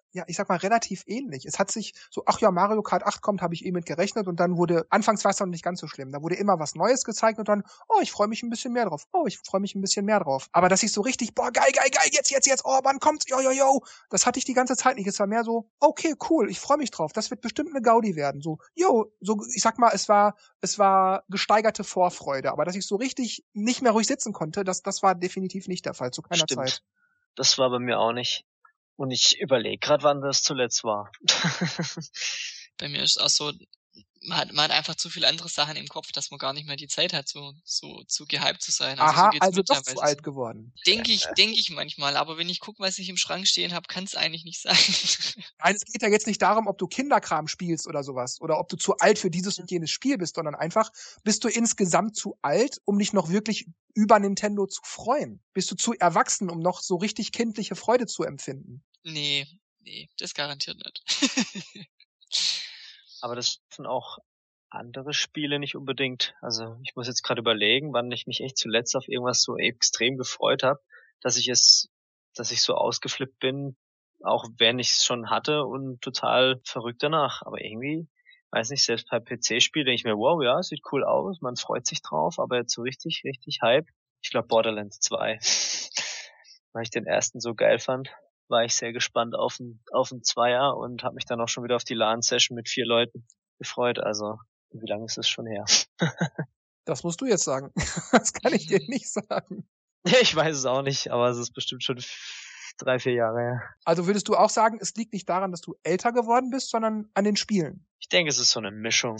ja, ich sag mal, relativ ähnlich. Es hat sich so, ach ja, Mario Kart 8 kommt, habe ich mit gerechnet und dann anfangs war es noch nicht ganz so schlimm. Da wurde immer was Neues gezeigt und dann, oh, ich freue mich ein bisschen mehr drauf. Oh, ich freue mich ein bisschen mehr drauf. Aber dass ich so richtig, boah, geil, jetzt, oh, wann kommt's? Yo. Das hatte ich die ganze Zeit nicht. Es war mehr so, okay, cool, ich freue mich drauf. Das wird bestimmt eine Gaudi werden. So, ich sag mal, es war gesteigerte Vorfreude. Aber dass ich so richtig nicht mehr ruhig sitzen konnte, das war definitiv nicht der Fall, zu keiner Zeit. Das war bei mir auch nicht. Und ich überlege gerade, wann das zuletzt war. Bei mir ist es auch so, man hat einfach zu viele andere Sachen im Kopf, dass man gar nicht mehr die Zeit hat, so zu gehypt zu sein. Aha, also doch zu alt geworden. Denke ich manchmal, aber wenn ich gucke, was ich im Schrank stehen habe, kann es eigentlich nicht sein. Nein, es geht ja jetzt nicht darum, ob du Kinderkram spielst oder sowas oder ob du zu alt für dieses und jenes Spiel bist, sondern einfach, bist du insgesamt zu alt, um dich noch wirklich über Nintendo zu freuen? Bist du zu erwachsen, um noch so richtig kindliche Freude zu empfinden? Nee, das garantiert nicht. Aber das sind auch andere Spiele nicht unbedingt. Also ich muss jetzt gerade überlegen, wann ich mich echt zuletzt auf irgendwas so extrem gefreut habe, dass ich so ausgeflippt bin, auch wenn ich es schon hatte und total verrückt danach. Aber irgendwie, weiß nicht, selbst bei PC-Spielen denke ich mir, wow, ja, sieht cool aus, man freut sich drauf, aber jetzt so richtig Hype. Ich glaube Borderlands 2, weil ich den ersten so geil fand, war ich sehr gespannt auf den Zweier und habe mich dann auch schon wieder auf die LAN-Session mit 4 Leuten gefreut. Also, wie lange ist es schon her? Das musst du jetzt sagen. Das kann ich dir nicht sagen. Ich weiß es auch nicht, aber es ist bestimmt schon 3-4 Jahre her. Also würdest du auch sagen, es liegt nicht daran, dass du älter geworden bist, sondern an den Spielen? Ich denke, es ist so eine Mischung.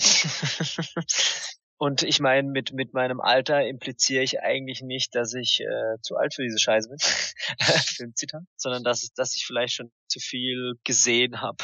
Und ich meine, mit meinem Alter impliziere ich eigentlich nicht, dass ich zu alt für diese Scheiße bin, Filmzitat, sondern dass ich vielleicht schon zu viel gesehen habe.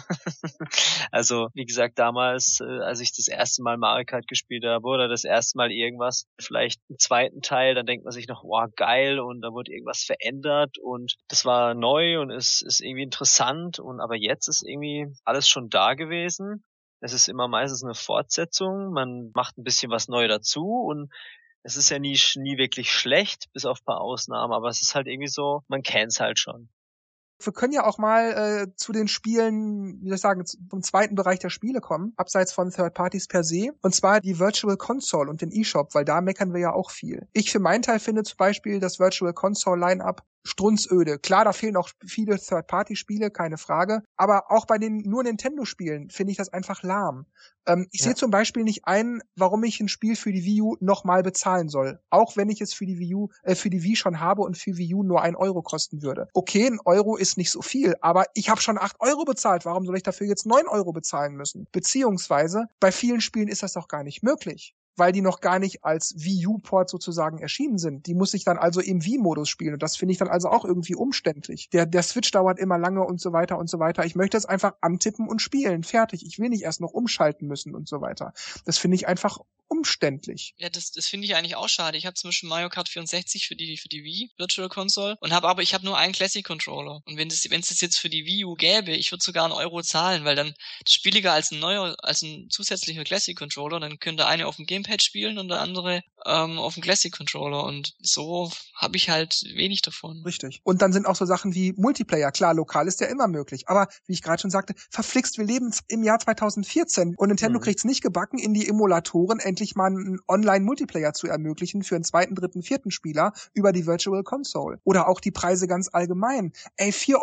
Also, wie gesagt, damals, als ich das erste Mal Mario Kart gespielt habe oder das erste Mal irgendwas, vielleicht einen zweiten Teil, dann denkt man sich noch, wow, geil, und da wurde irgendwas verändert und das war neu und ist irgendwie interessant, und aber jetzt ist irgendwie alles schon da gewesen. Es ist immer meistens eine Fortsetzung, man macht ein bisschen was neu dazu und es ist ja nie wirklich schlecht, bis auf ein paar Ausnahmen, aber es ist halt irgendwie so, man kennt's halt schon. Wir können ja auch mal zu den Spielen, wie soll ich sagen, zum zweiten Bereich der Spiele kommen, abseits von Third Parties per se, und zwar die Virtual Console und den eShop, weil da meckern wir ja auch viel. Ich für meinen Teil finde zum Beispiel das Virtual Console Line-Up strunzöde. Klar, da fehlen auch viele Third-Party-Spiele, keine Frage, aber auch bei den nur Nintendo-Spielen finde ich das einfach lahm. Ich sehe zum Beispiel nicht ein, warum ich ein Spiel für die Wii U nochmal bezahlen soll. Auch wenn ich es für die Wii schon habe und für Wii U nur 1 Euro kosten würde. Okay, 1 Euro ist nicht so viel, aber ich habe schon 8 Euro bezahlt. Warum soll ich dafür jetzt 9 Euro bezahlen müssen? Beziehungsweise, bei vielen Spielen ist das doch gar nicht möglich, weil die noch gar nicht als Wii U-Port sozusagen erschienen sind. Die muss ich dann also im Wii-Modus spielen und das finde ich dann also auch irgendwie umständlich. Der Switch dauert immer lange und so weiter und so weiter. Ich möchte es einfach antippen und spielen. Fertig. Ich will nicht erst noch umschalten müssen und so weiter. Das finde ich einfach umständlich. Ja, das finde ich eigentlich auch schade. Ich habe zum Beispiel Mario Kart 64 für die Wii Virtual Console und ich habe nur einen Classic Controller. Und wenn es das jetzt für die Wii U gäbe, ich würde sogar 1 Euro zahlen, weil dann das ist billiger als ein zusätzlicher Classic Controller. Dann könnte eine auf dem Gamepad spielen und der andere auf dem Classic Controller. Und so habe ich halt wenig davon. Richtig. Und dann sind auch so Sachen wie Multiplayer. Klar, lokal ist ja immer möglich. Aber wie ich gerade schon sagte, verflixt, wir leben im Jahr 2014 und Nintendo kriegt's nicht gebacken, in die Emulatoren endlich mal einen Online-Multiplayer zu ermöglichen für einen 2., 3., 4. Spieler über die Virtual Console. Oder auch die Preise ganz allgemein. 4,99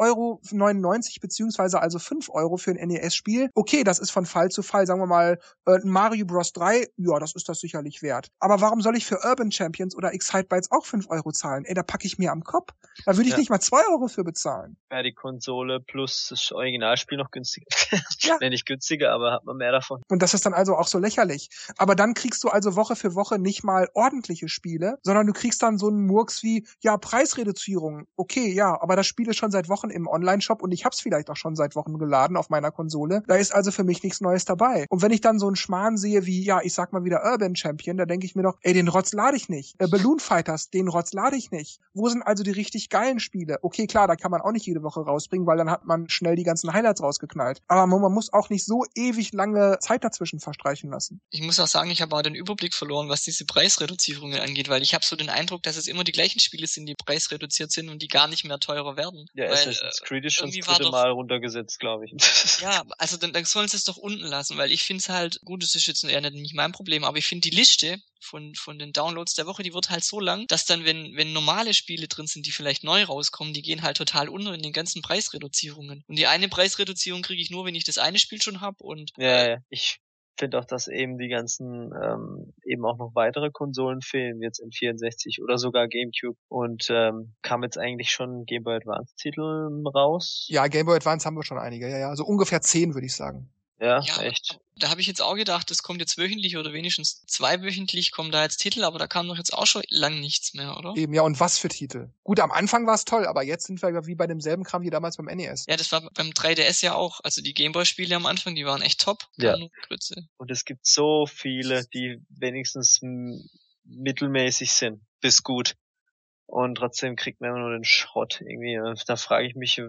Euro beziehungsweise also 5 Euro für ein NES-Spiel. Okay, das ist von Fall zu Fall, sagen wir mal, Mario Bros. 3, ja, das ist das sicherlich wert. Aber warum soll ich für Urban Champions oder Excitebytes auch 5 Euro zahlen? Da packe ich mir am Kopf. Da würde ich nicht mal 2 Euro für bezahlen. Ja, die Konsole plus das Originalspiel noch günstiger. Ja. Nicht günstiger, aber hat man mehr davon. Und das ist dann also auch so lächerlich. Aber dann kriegst du also Woche für Woche nicht mal ordentliche Spiele, sondern du kriegst dann so einen Murks wie, ja, Preisreduzierung. Okay, ja, aber das Spiel ist schon seit Wochen im Online-Shop und ich hab's vielleicht auch schon seit Wochen geladen auf meiner Konsole. Da ist also für mich nichts Neues dabei. Und wenn ich dann so einen Schmarrn sehe wie, ja, ich sag mal wieder Tournament Champion, da denke ich mir doch, ey, den Rotz lade ich nicht. Balloon Fighters, den Rotz lade ich nicht. Wo sind also die richtig geilen Spiele? Okay, klar, da kann man auch nicht jede Woche rausbringen, weil dann hat man schnell die ganzen Highlights rausgeknallt. Aber man muss auch nicht so ewig lange Zeit dazwischen verstreichen lassen. Ich muss auch sagen, ich habe auch den Überblick verloren, was diese Preisreduzierungen angeht, weil ich habe so den Eindruck, dass es immer die gleichen Spiele sind, die preisreduziert sind und die gar nicht mehr teurer werden. Ja, weil, Assassin's Creed ist schon das dritte Mal runtergesetzt, glaube ich. Ja, also dann sollen sie es doch unten lassen, weil ich finde es halt, gut, das ist jetzt eher nicht mein Problem, aber ich finde die Liste von den Downloads der Woche, die wird halt so lang, dass dann, wenn normale Spiele drin sind, die vielleicht neu rauskommen, die gehen halt total unter in den ganzen Preisreduzierungen. Und die eine Preisreduzierung kriege ich nur, wenn ich das eine Spiel schon habe und... Ja, ich finde auch, dass eben die ganzen, eben auch noch weitere Konsolen fehlen, jetzt N64 oder sogar GameCube. Und kam jetzt eigentlich schon Game Boy Advance Titel raus? Ja, Game Boy Advance haben wir schon einige, ja. Also ungefähr 10, würde ich sagen. Ja, echt. Da habe ich jetzt auch gedacht, das kommt jetzt wöchentlich oder wenigstens zweiwöchentlich kommen da jetzt Titel, aber da kam doch jetzt auch schon lang nichts mehr, oder? Eben, ja, und was für Titel? Gut, am Anfang war es toll, aber jetzt sind wir wie bei demselben Kram wie damals beim NES. Ja, das war beim 3DS ja auch. Also die Gameboy-Spiele am Anfang, die waren echt top. Ja. Grütze. Und es gibt so viele, die wenigstens mittelmäßig sind, bis gut. Und trotzdem kriegt man immer nur den Schrott irgendwie. Da frage ich mich,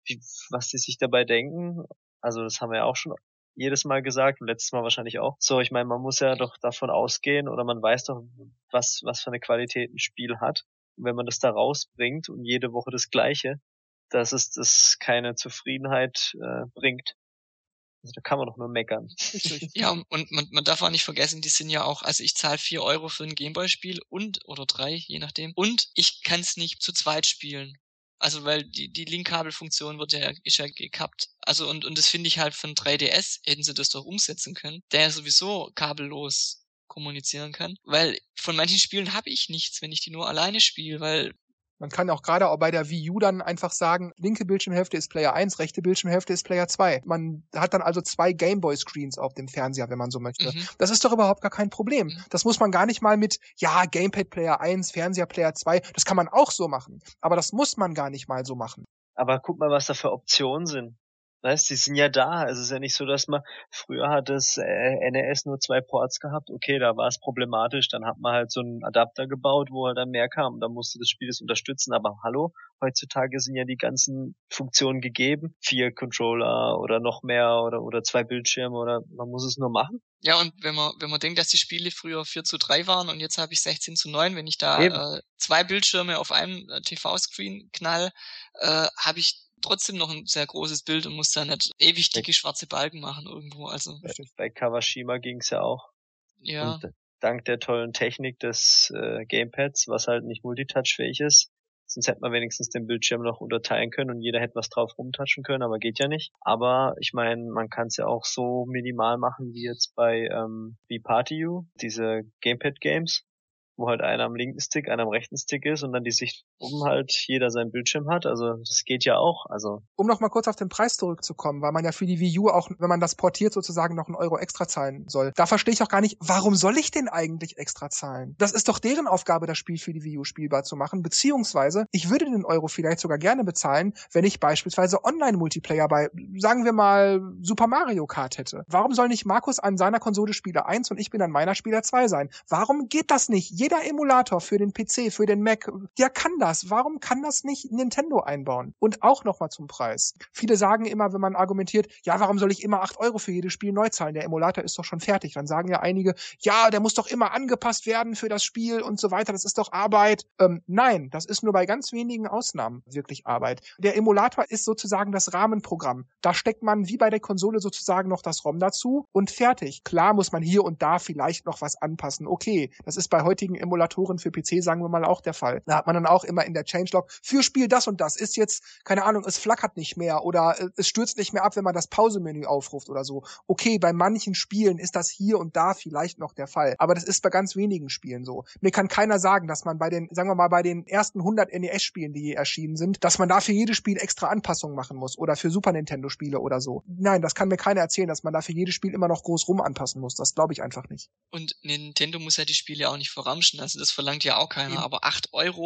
was die sich dabei denken. Also das haben wir ja auch schon jedes Mal gesagt und letztes Mal wahrscheinlich auch. So, ich meine, man muss ja doch davon ausgehen oder man weiß doch, was für eine Qualität ein Spiel hat. Und wenn man das da rausbringt und jede Woche das Gleiche, dass es das keine Zufriedenheit bringt. Also da kann man doch nur meckern. Ja, und man darf auch nicht vergessen, die sind ja auch, also ich zahle 4 Euro für ein Gameboy-Spiel oder 3, je nachdem. Und ich kann es nicht zu zweit spielen. Also weil die Link-Kabel-Funktion ist ja gekappt. Also und das finde ich halt von 3DS hätten sie das doch umsetzen können, der ja sowieso kabellos kommunizieren kann. Weil von manchen Spielen habe ich nichts, wenn ich die nur alleine spiele, weil man kann auch gerade auch bei der Wii U dann einfach sagen, linke Bildschirmhälfte ist Player 1, rechte Bildschirmhälfte ist Player 2. Man hat dann also 2 Gameboy-Screens auf dem Fernseher, wenn man so möchte. Mhm. Das ist doch überhaupt gar kein Problem. Mhm. Das muss man gar nicht mal mit, ja, Gamepad Player 1, Fernseher Player 2, das kann man auch so machen. Aber das muss man gar nicht mal so machen. Aber guck mal, was da für Optionen sind. Weißt, die sind ja da. Es ist ja nicht so, dass man, früher hat das NES nur 2 Ports gehabt. Okay, da war es problematisch. Dann hat man halt so einen Adapter gebaut, wo halt dann mehr kam. Dann musste das Spiel das unterstützen. Aber hallo, heutzutage sind ja die ganzen Funktionen gegeben. 4 Controller oder noch mehr oder 2 Bildschirme oder man muss es nur machen. Ja, und wenn man denkt, dass die Spiele früher 4:3 waren und jetzt habe ich 16:9, wenn ich da 2 Bildschirme auf einem TV-Screen knall, habe ich trotzdem noch ein sehr großes Bild und muss da nicht ewig dicke schwarze Balken machen irgendwo. Also bei Kawashima ging's ja auch. Ja. Und dank der tollen Technik des Gamepads, was halt nicht multitouchfähig ist, sonst hätte man wenigstens den Bildschirm noch unterteilen können und jeder hätte was drauf rumtouchen können, aber geht ja nicht. Aber ich meine, man kann es ja auch so minimal machen wie jetzt bei wie Party-U, diese Gamepad-Games, wo halt einer am linken Stick, einer am rechten Stick ist und dann die Sicht oben halt jeder seinen Bildschirm hat. Also das geht ja auch. Also um noch mal kurz auf den Preis zurückzukommen, weil man ja für die Wii U auch, wenn man das portiert, sozusagen noch 1 Euro extra zahlen soll. Da verstehe ich auch gar nicht, warum soll ich denn eigentlich extra zahlen? Das ist doch deren Aufgabe, das Spiel für die Wii U spielbar zu machen, beziehungsweise ich würde den Euro vielleicht sogar gerne bezahlen, wenn ich beispielsweise Online-Multiplayer bei, sagen wir mal, Super Mario Kart hätte. Warum soll nicht Markus an seiner Konsole Spieler 1 und ich bin an meiner Spieler 2 sein? Warum geht das nicht? Jeder Emulator für den PC, für den Mac, der kann das. Warum kann das nicht Nintendo einbauen? Und auch nochmal zum Preis. Viele sagen immer, wenn man argumentiert, ja, warum soll ich immer 8 Euro für jedes Spiel neu zahlen? Der Emulator ist doch schon fertig. Dann sagen ja einige, ja, der muss doch immer angepasst werden für das Spiel und so weiter. Das ist doch Arbeit. Nein, das ist nur bei ganz wenigen Ausnahmen wirklich Arbeit. Der Emulator ist sozusagen das Rahmenprogramm. Da steckt man wie bei der Konsole sozusagen noch das ROM dazu und fertig. Klar muss man hier und da vielleicht noch was anpassen. Okay, das ist bei heutigen Emulatoren für PC, sagen wir mal, auch der Fall. Da hat man dann auch immer in der Changelog für Spiel das und das ist jetzt, keine Ahnung, es flackert nicht mehr oder es stürzt nicht mehr ab, wenn man das Pausemenü aufruft oder so. Okay, bei manchen Spielen ist das hier und da vielleicht noch der Fall, aber das ist bei ganz wenigen Spielen so. Mir kann keiner sagen, dass man bei den, sagen wir mal, bei den ersten 100 NES-Spielen, die je erschienen sind, dass man da für jedes Spiel extra Anpassungen machen muss oder für Super Nintendo-Spiele oder so. Nein, das kann mir keiner erzählen, dass man da für jedes Spiel immer noch groß rum anpassen muss. Das glaube ich einfach nicht. Und Nintendo muss ja die Spiele auch nicht verramschen, also das verlangt ja auch keiner, aber 8 Euro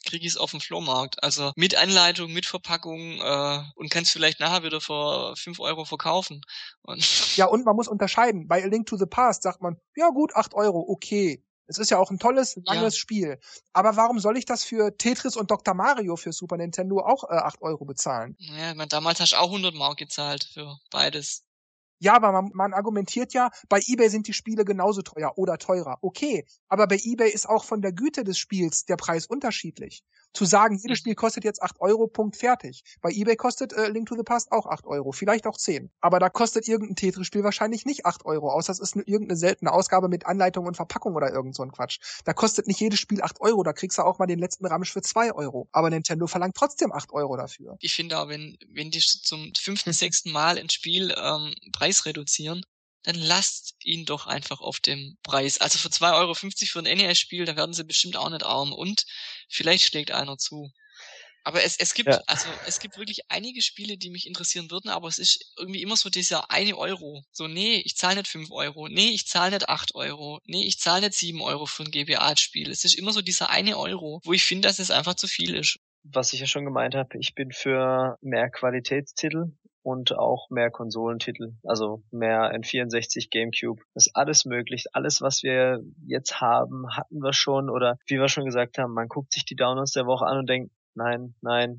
krieg ich es auf dem Flohmarkt. Also mit Anleitung, mit Verpackung und kannst vielleicht nachher wieder für 5 Euro verkaufen. Ja, und man muss unterscheiden. Bei A Link to the Past sagt man, ja gut, 8 Euro, okay. Es ist ja auch ein tolles, langes Spiel. Aber warum soll ich das für Tetris und Dr. Mario für Super Nintendo auch 8 Euro bezahlen? Ja, damals hast du auch 100 Mark gezahlt für beides. Ja, aber man argumentiert ja, bei eBay sind die Spiele genauso teuer oder teurer. Okay, aber bei eBay ist auch von der Güte des Spiels der Preis unterschiedlich. Zu sagen, jedes Spiel kostet jetzt 8 Euro, Punkt, fertig. Bei eBay kostet Link to the Past auch 8 Euro, vielleicht auch 10. Aber da kostet irgendein Tetris-Spiel wahrscheinlich nicht 8 Euro, außer es ist irgendeine seltene Ausgabe mit Anleitung und Verpackung oder irgend so ein Quatsch. Da kostet nicht jedes Spiel 8 Euro, da kriegst du auch mal den letzten Ramsch für 2 Euro. Aber Nintendo verlangt trotzdem 8 Euro dafür. Ich finde auch, wenn die zum 5., 6. Mal ein Spiel Preis reduzieren, dann lasst ihn doch einfach auf dem Preis. Also für 2,50 Euro für ein NES-Spiel, da werden sie bestimmt auch nicht arm. Und vielleicht schlägt einer zu. Aber es gibt wirklich einige Spiele, die mich interessieren würden, aber es ist irgendwie immer so dieser 1 Euro. So, nee, ich zahle nicht 5 Euro. Nee, ich zahle nicht 8 Euro. Nee, ich zahle nicht 7 Euro für ein GBA-Spiel. Es ist immer so dieser 1 Euro, wo ich finde, dass es einfach zu viel ist. Was ich ja schon gemeint habe, ich bin für mehr Qualitätstitel und auch mehr Konsolentitel, also mehr N64, GameCube. Das ist alles möglich. Alles, was wir jetzt haben, hatten wir schon, oder wie wir schon gesagt haben, man guckt sich die Downloads der Woche an und denkt, nein,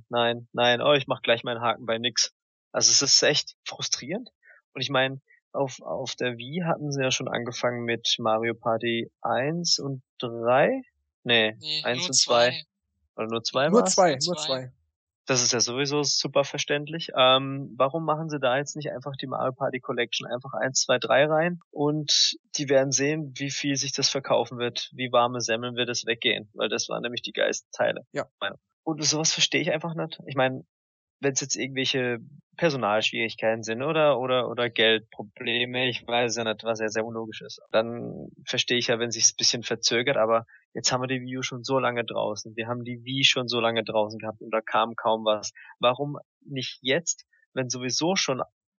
oh, ich mach gleich meinen Haken bei nix. Also es ist echt frustrierend. Und ich meine, auf der Wii hatten sie ja schon angefangen mit Mario Party 1 und 3. Nee, 1 und 2. Oder nur 2 war's? Nur zwei. Das ist ja sowieso super verständlich. Warum machen sie da jetzt nicht einfach die Mario Party Collection einfach 1, 2, 3 rein und die werden sehen, wie viel sich das verkaufen wird, wie warme Semmeln wird es weggehen, weil das waren nämlich die geilsten Teile. Ja. Und sowas verstehe ich einfach nicht. Ich meine, wenn es jetzt irgendwelche Personalschwierigkeiten sind oder Geldprobleme, ich weiß ja nicht, was ja sehr unlogisch ist, dann verstehe ich ja, wenn sich's ein bisschen verzögert, aber jetzt haben wir die Wii U schon so lange draußen, wir haben die Wii schon so lange draußen gehabt und da kam kaum was. Warum nicht jetzt, wenn sowieso schon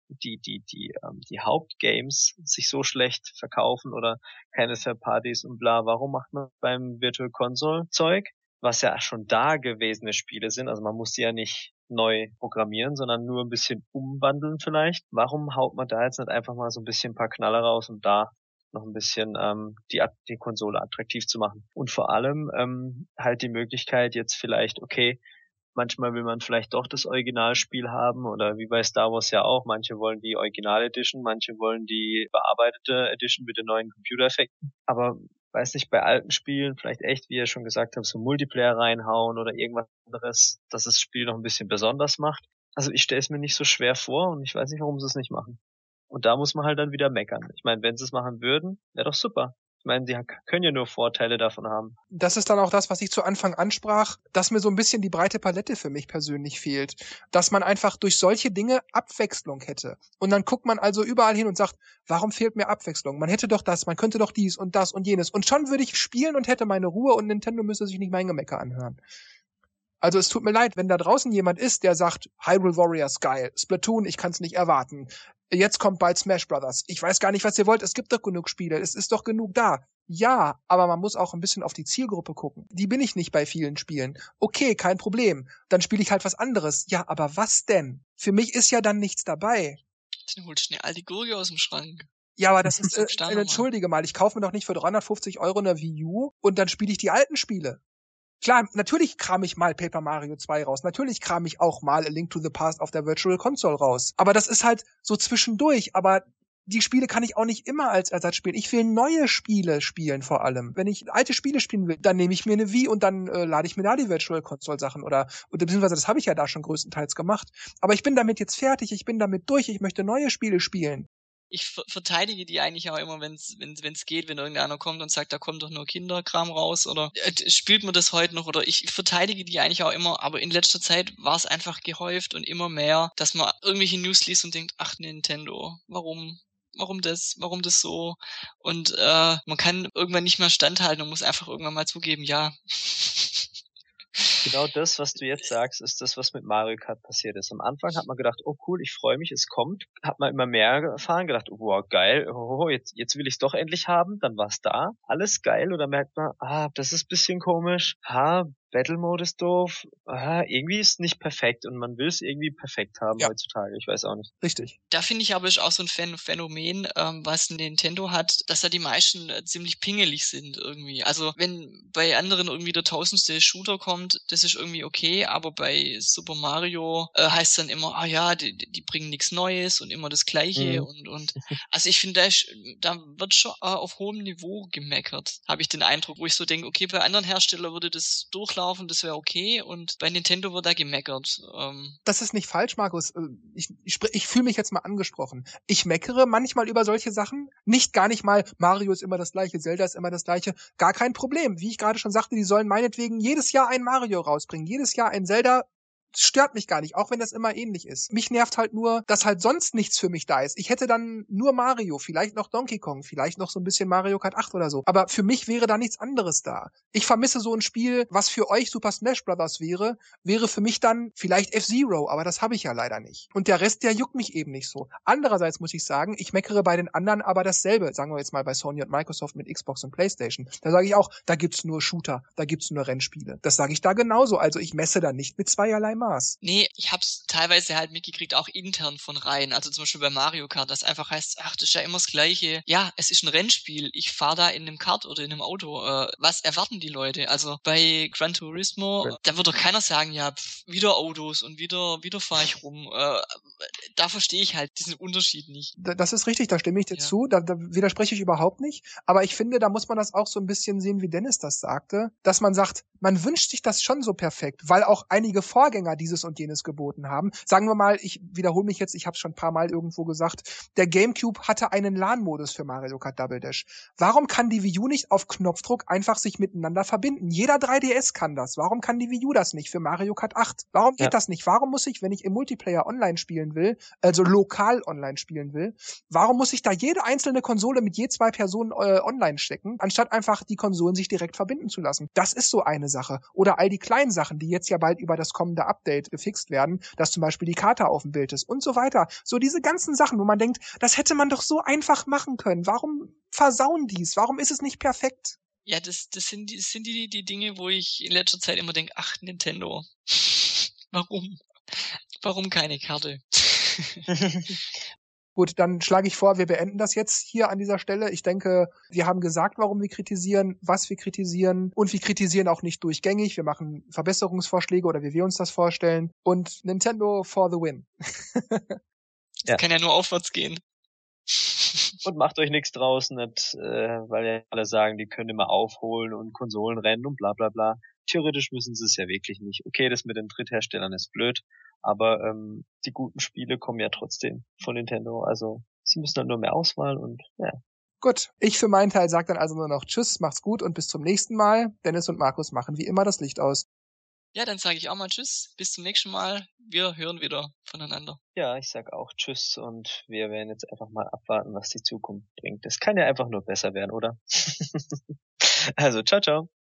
die Hauptgames sich so schlecht verkaufen oder keine Third-Partys und bla, warum macht man beim Virtual Console Zeug, was ja schon da gewesene Spiele sind, also man muss die ja nicht neu programmieren, sondern nur ein bisschen umwandeln vielleicht. Warum haut man da jetzt nicht einfach mal so ein bisschen ein paar Knaller raus und da noch ein bisschen die Konsole attraktiv zu machen? Und vor allem halt die Möglichkeit jetzt vielleicht, okay, manchmal will man vielleicht doch das Originalspiel haben oder wie bei Star Wars ja auch, manche wollen die Original Edition, manche wollen die bearbeitete Edition mit den neuen Computereffekten. Aber weiß nicht, bei alten Spielen vielleicht echt, wie ihr schon gesagt habt, so Multiplayer reinhauen oder irgendwas anderes, dass das Spiel noch ein bisschen besonders macht. Also ich stelle es mir nicht so schwer vor und ich weiß nicht, warum sie es nicht machen. Und da muss man halt dann wieder meckern. Ich meine, wenn sie es machen würden, wäre doch super. Ich meine, sie können ja nur Vorteile davon haben. Das ist dann auch das, was ich zu Anfang ansprach, dass mir so ein bisschen die breite Palette für mich persönlich fehlt. Dass man einfach durch solche Dinge Abwechslung hätte. Und dann guckt man also überall hin und sagt, warum fehlt mir Abwechslung? Man hätte doch das, man könnte doch dies und das und jenes. Und schon würde ich spielen und hätte meine Ruhe und Nintendo müsste sich nicht mein Gemecker anhören. Also es tut mir leid, wenn da draußen jemand ist, der sagt, Hyrule Warriors geil, Splatoon, ich kann's nicht erwarten. Jetzt kommt bald Smash Brothers. Ich weiß gar nicht, was ihr wollt. Es gibt doch genug Spiele. Es ist doch genug da. Ja, aber man muss auch ein bisschen auf die Zielgruppe gucken. Die bin ich nicht bei vielen Spielen. Okay, kein Problem. Dann spiele ich halt was anderes. Ja, aber was denn? Für mich ist ja dann nichts dabei. Dann holst du eine alte Gurke aus dem Schrank. Ja, aber das ist, entschuldige mal, ich kaufe mir doch nicht für 350 Euro eine Wii U und dann spiele ich die alten Spiele. Klar, natürlich kram ich mal Paper Mario 2 raus. Natürlich kram ich auch mal A Link to the Past auf der Virtual Console raus. Aber das ist halt so zwischendurch. Aber die Spiele kann ich auch nicht immer als Ersatz spielen. Ich will neue Spiele spielen vor allem. Wenn ich alte Spiele spielen will, dann nehme ich mir eine Wii und dann lade ich mir da die Virtual Console Sachen oder beziehungsweise das habe ich ja da schon größtenteils gemacht. Aber ich bin damit jetzt fertig. Ich bin damit durch. Ich möchte neue Spiele spielen. Ich verteidige die eigentlich auch immer, wenn's geht, wenn irgendeiner kommt und sagt, da kommt doch nur Kinderkram raus oder spielt man das heute noch oder ich verteidige die eigentlich auch immer, aber in letzter Zeit war es einfach gehäuft und immer mehr, dass man irgendwelche News liest und denkt, ach Nintendo, warum das so? Und man kann irgendwann nicht mehr standhalten und muss einfach irgendwann mal zugeben, ja. Genau das, was du jetzt sagst, ist das, was mit Mario Kart passiert ist. Am Anfang hat man gedacht, oh cool, ich freue mich, es kommt. Hat man immer mehr erfahren, gedacht, oh wow, geil, oh, jetzt will ich es doch endlich haben. Dann war es da, alles geil. Oder merkt man, das ist bisschen komisch. Battle Mode ist doof. Irgendwie ist es nicht perfekt und man will es irgendwie perfekt haben heutzutage. Ich weiß auch nicht. Richtig. Da finde ich aber ist auch so ein Phänomen, was Nintendo hat, dass da die meisten ziemlich pingelig sind irgendwie. Also wenn bei anderen irgendwie der 1000. Shooter kommt, das ist irgendwie okay, aber bei Super Mario heißt dann immer, die bringen nichts Neues und immer das Gleiche und also ich finde, da wird schon auf hohem Niveau gemeckert, habe ich den Eindruck, wo ich so denke, okay, bei anderen Herstellern würde das durchlaufen, das wäre okay und bei Nintendo wird da gemeckert. Das ist nicht falsch, Markus. Ich fühle mich jetzt mal angesprochen. Ich meckere manchmal über solche Sachen. Gar nicht mal, Mario ist immer das Gleiche, Zelda ist immer das Gleiche. Gar kein Problem. Wie ich gerade schon sagte, die sollen meinetwegen jedes Jahr ein Mario rausbringen. Jedes Jahr ein Zelda. Stört mich gar nicht, auch wenn das immer ähnlich ist. Mich nervt halt nur, dass halt sonst nichts für mich da ist. Ich hätte dann nur Mario, vielleicht noch Donkey Kong, vielleicht noch so ein bisschen Mario Kart 8 oder so. Aber für mich wäre da nichts anderes da. Ich vermisse so ein Spiel, was für euch Super Smash Bros. wäre für mich dann vielleicht F-Zero, aber das habe ich ja leider nicht. Und der Rest, der juckt mich eben nicht so. Andererseits muss ich sagen, ich meckere bei den anderen aber dasselbe. Sagen wir jetzt mal bei Sony und Microsoft mit Xbox und PlayStation. Da sage ich auch, da gibt's nur Shooter, da gibt's nur Rennspiele. Das sage ich da genauso. Also ich messe da nicht mit zweierlei Maß. Nee, ich hab's teilweise halt mitgekriegt, auch intern von Reihen. Also zum Beispiel bei Mario Kart, das einfach heißt, ach, das ist ja immer das Gleiche. Ja, es ist ein Rennspiel. Ich fahre da in einem Kart oder in einem Auto. Was erwarten die Leute? Also bei Gran Turismo, da wird doch keiner sagen, ja, wieder Autos und wieder fahre ich rum. Da verstehe ich halt diesen Unterschied nicht. Das ist richtig, da stimme ich dir zu. Da widerspreche ich überhaupt nicht. Aber ich finde, da muss man das auch so ein bisschen sehen, wie Dennis das sagte, dass man sagt, man wünscht sich das schon so perfekt, weil auch einige Vorgänger dieses und jenes geboten haben. Sagen wir mal, ich wiederhole mich jetzt, ich habe es schon ein paar Mal irgendwo gesagt, der GameCube hatte einen LAN-Modus für Mario Kart Double Dash. Warum kann die Wii U nicht auf Knopfdruck einfach sich miteinander verbinden? Jeder 3DS kann das. Warum kann die Wii U das nicht für Mario Kart 8? Warum geht das nicht? Warum muss ich, wenn ich im Multiplayer online spielen will, also lokal online spielen will, warum muss ich da jede einzelne Konsole mit je 2 Personen online stecken, anstatt einfach die Konsolen sich direkt verbinden zu lassen? Das ist so eine Sache. Oder all die kleinen Sachen, die jetzt ja bald über das kommende Update gefixt werden, dass zum Beispiel die Karte auf dem Bild ist und so weiter. So diese ganzen Sachen, wo man denkt, das hätte man doch so einfach machen können. Warum versauen die's? Warum ist es nicht perfekt? Ja, das sind die Dinge, wo ich in letzter Zeit immer denke, ach, Nintendo, warum? Warum keine Karte? Gut, dann schlage ich vor, wir beenden das jetzt hier an dieser Stelle. Ich denke, wir haben gesagt, warum wir kritisieren, was wir kritisieren und wir kritisieren auch nicht durchgängig. Wir machen Verbesserungsvorschläge oder wie wir uns das vorstellen und Nintendo for the win. Das kann ja nur aufwärts gehen. Und macht euch nichts draus, nicht, weil ja alle sagen, die können immer aufholen und Konsolen rennen und bla bla bla. Theoretisch müssen sie es ja wirklich nicht. Okay, das mit den Drittherstellern ist blöd, aber die guten Spiele kommen ja trotzdem von Nintendo. Also sie müssen dann nur mehr Auswahl und ja. Gut, ich für meinen Teil sage dann also nur noch Tschüss, macht's gut und bis zum nächsten Mal. Dennis und Markus machen wie immer das Licht aus. Ja, dann sage ich auch mal Tschüss, bis zum nächsten Mal. Wir hören wieder voneinander. Ja, ich sag auch Tschüss und wir werden jetzt einfach mal abwarten, was die Zukunft bringt. Es kann ja einfach nur besser werden, oder? Also, ciao, ciao.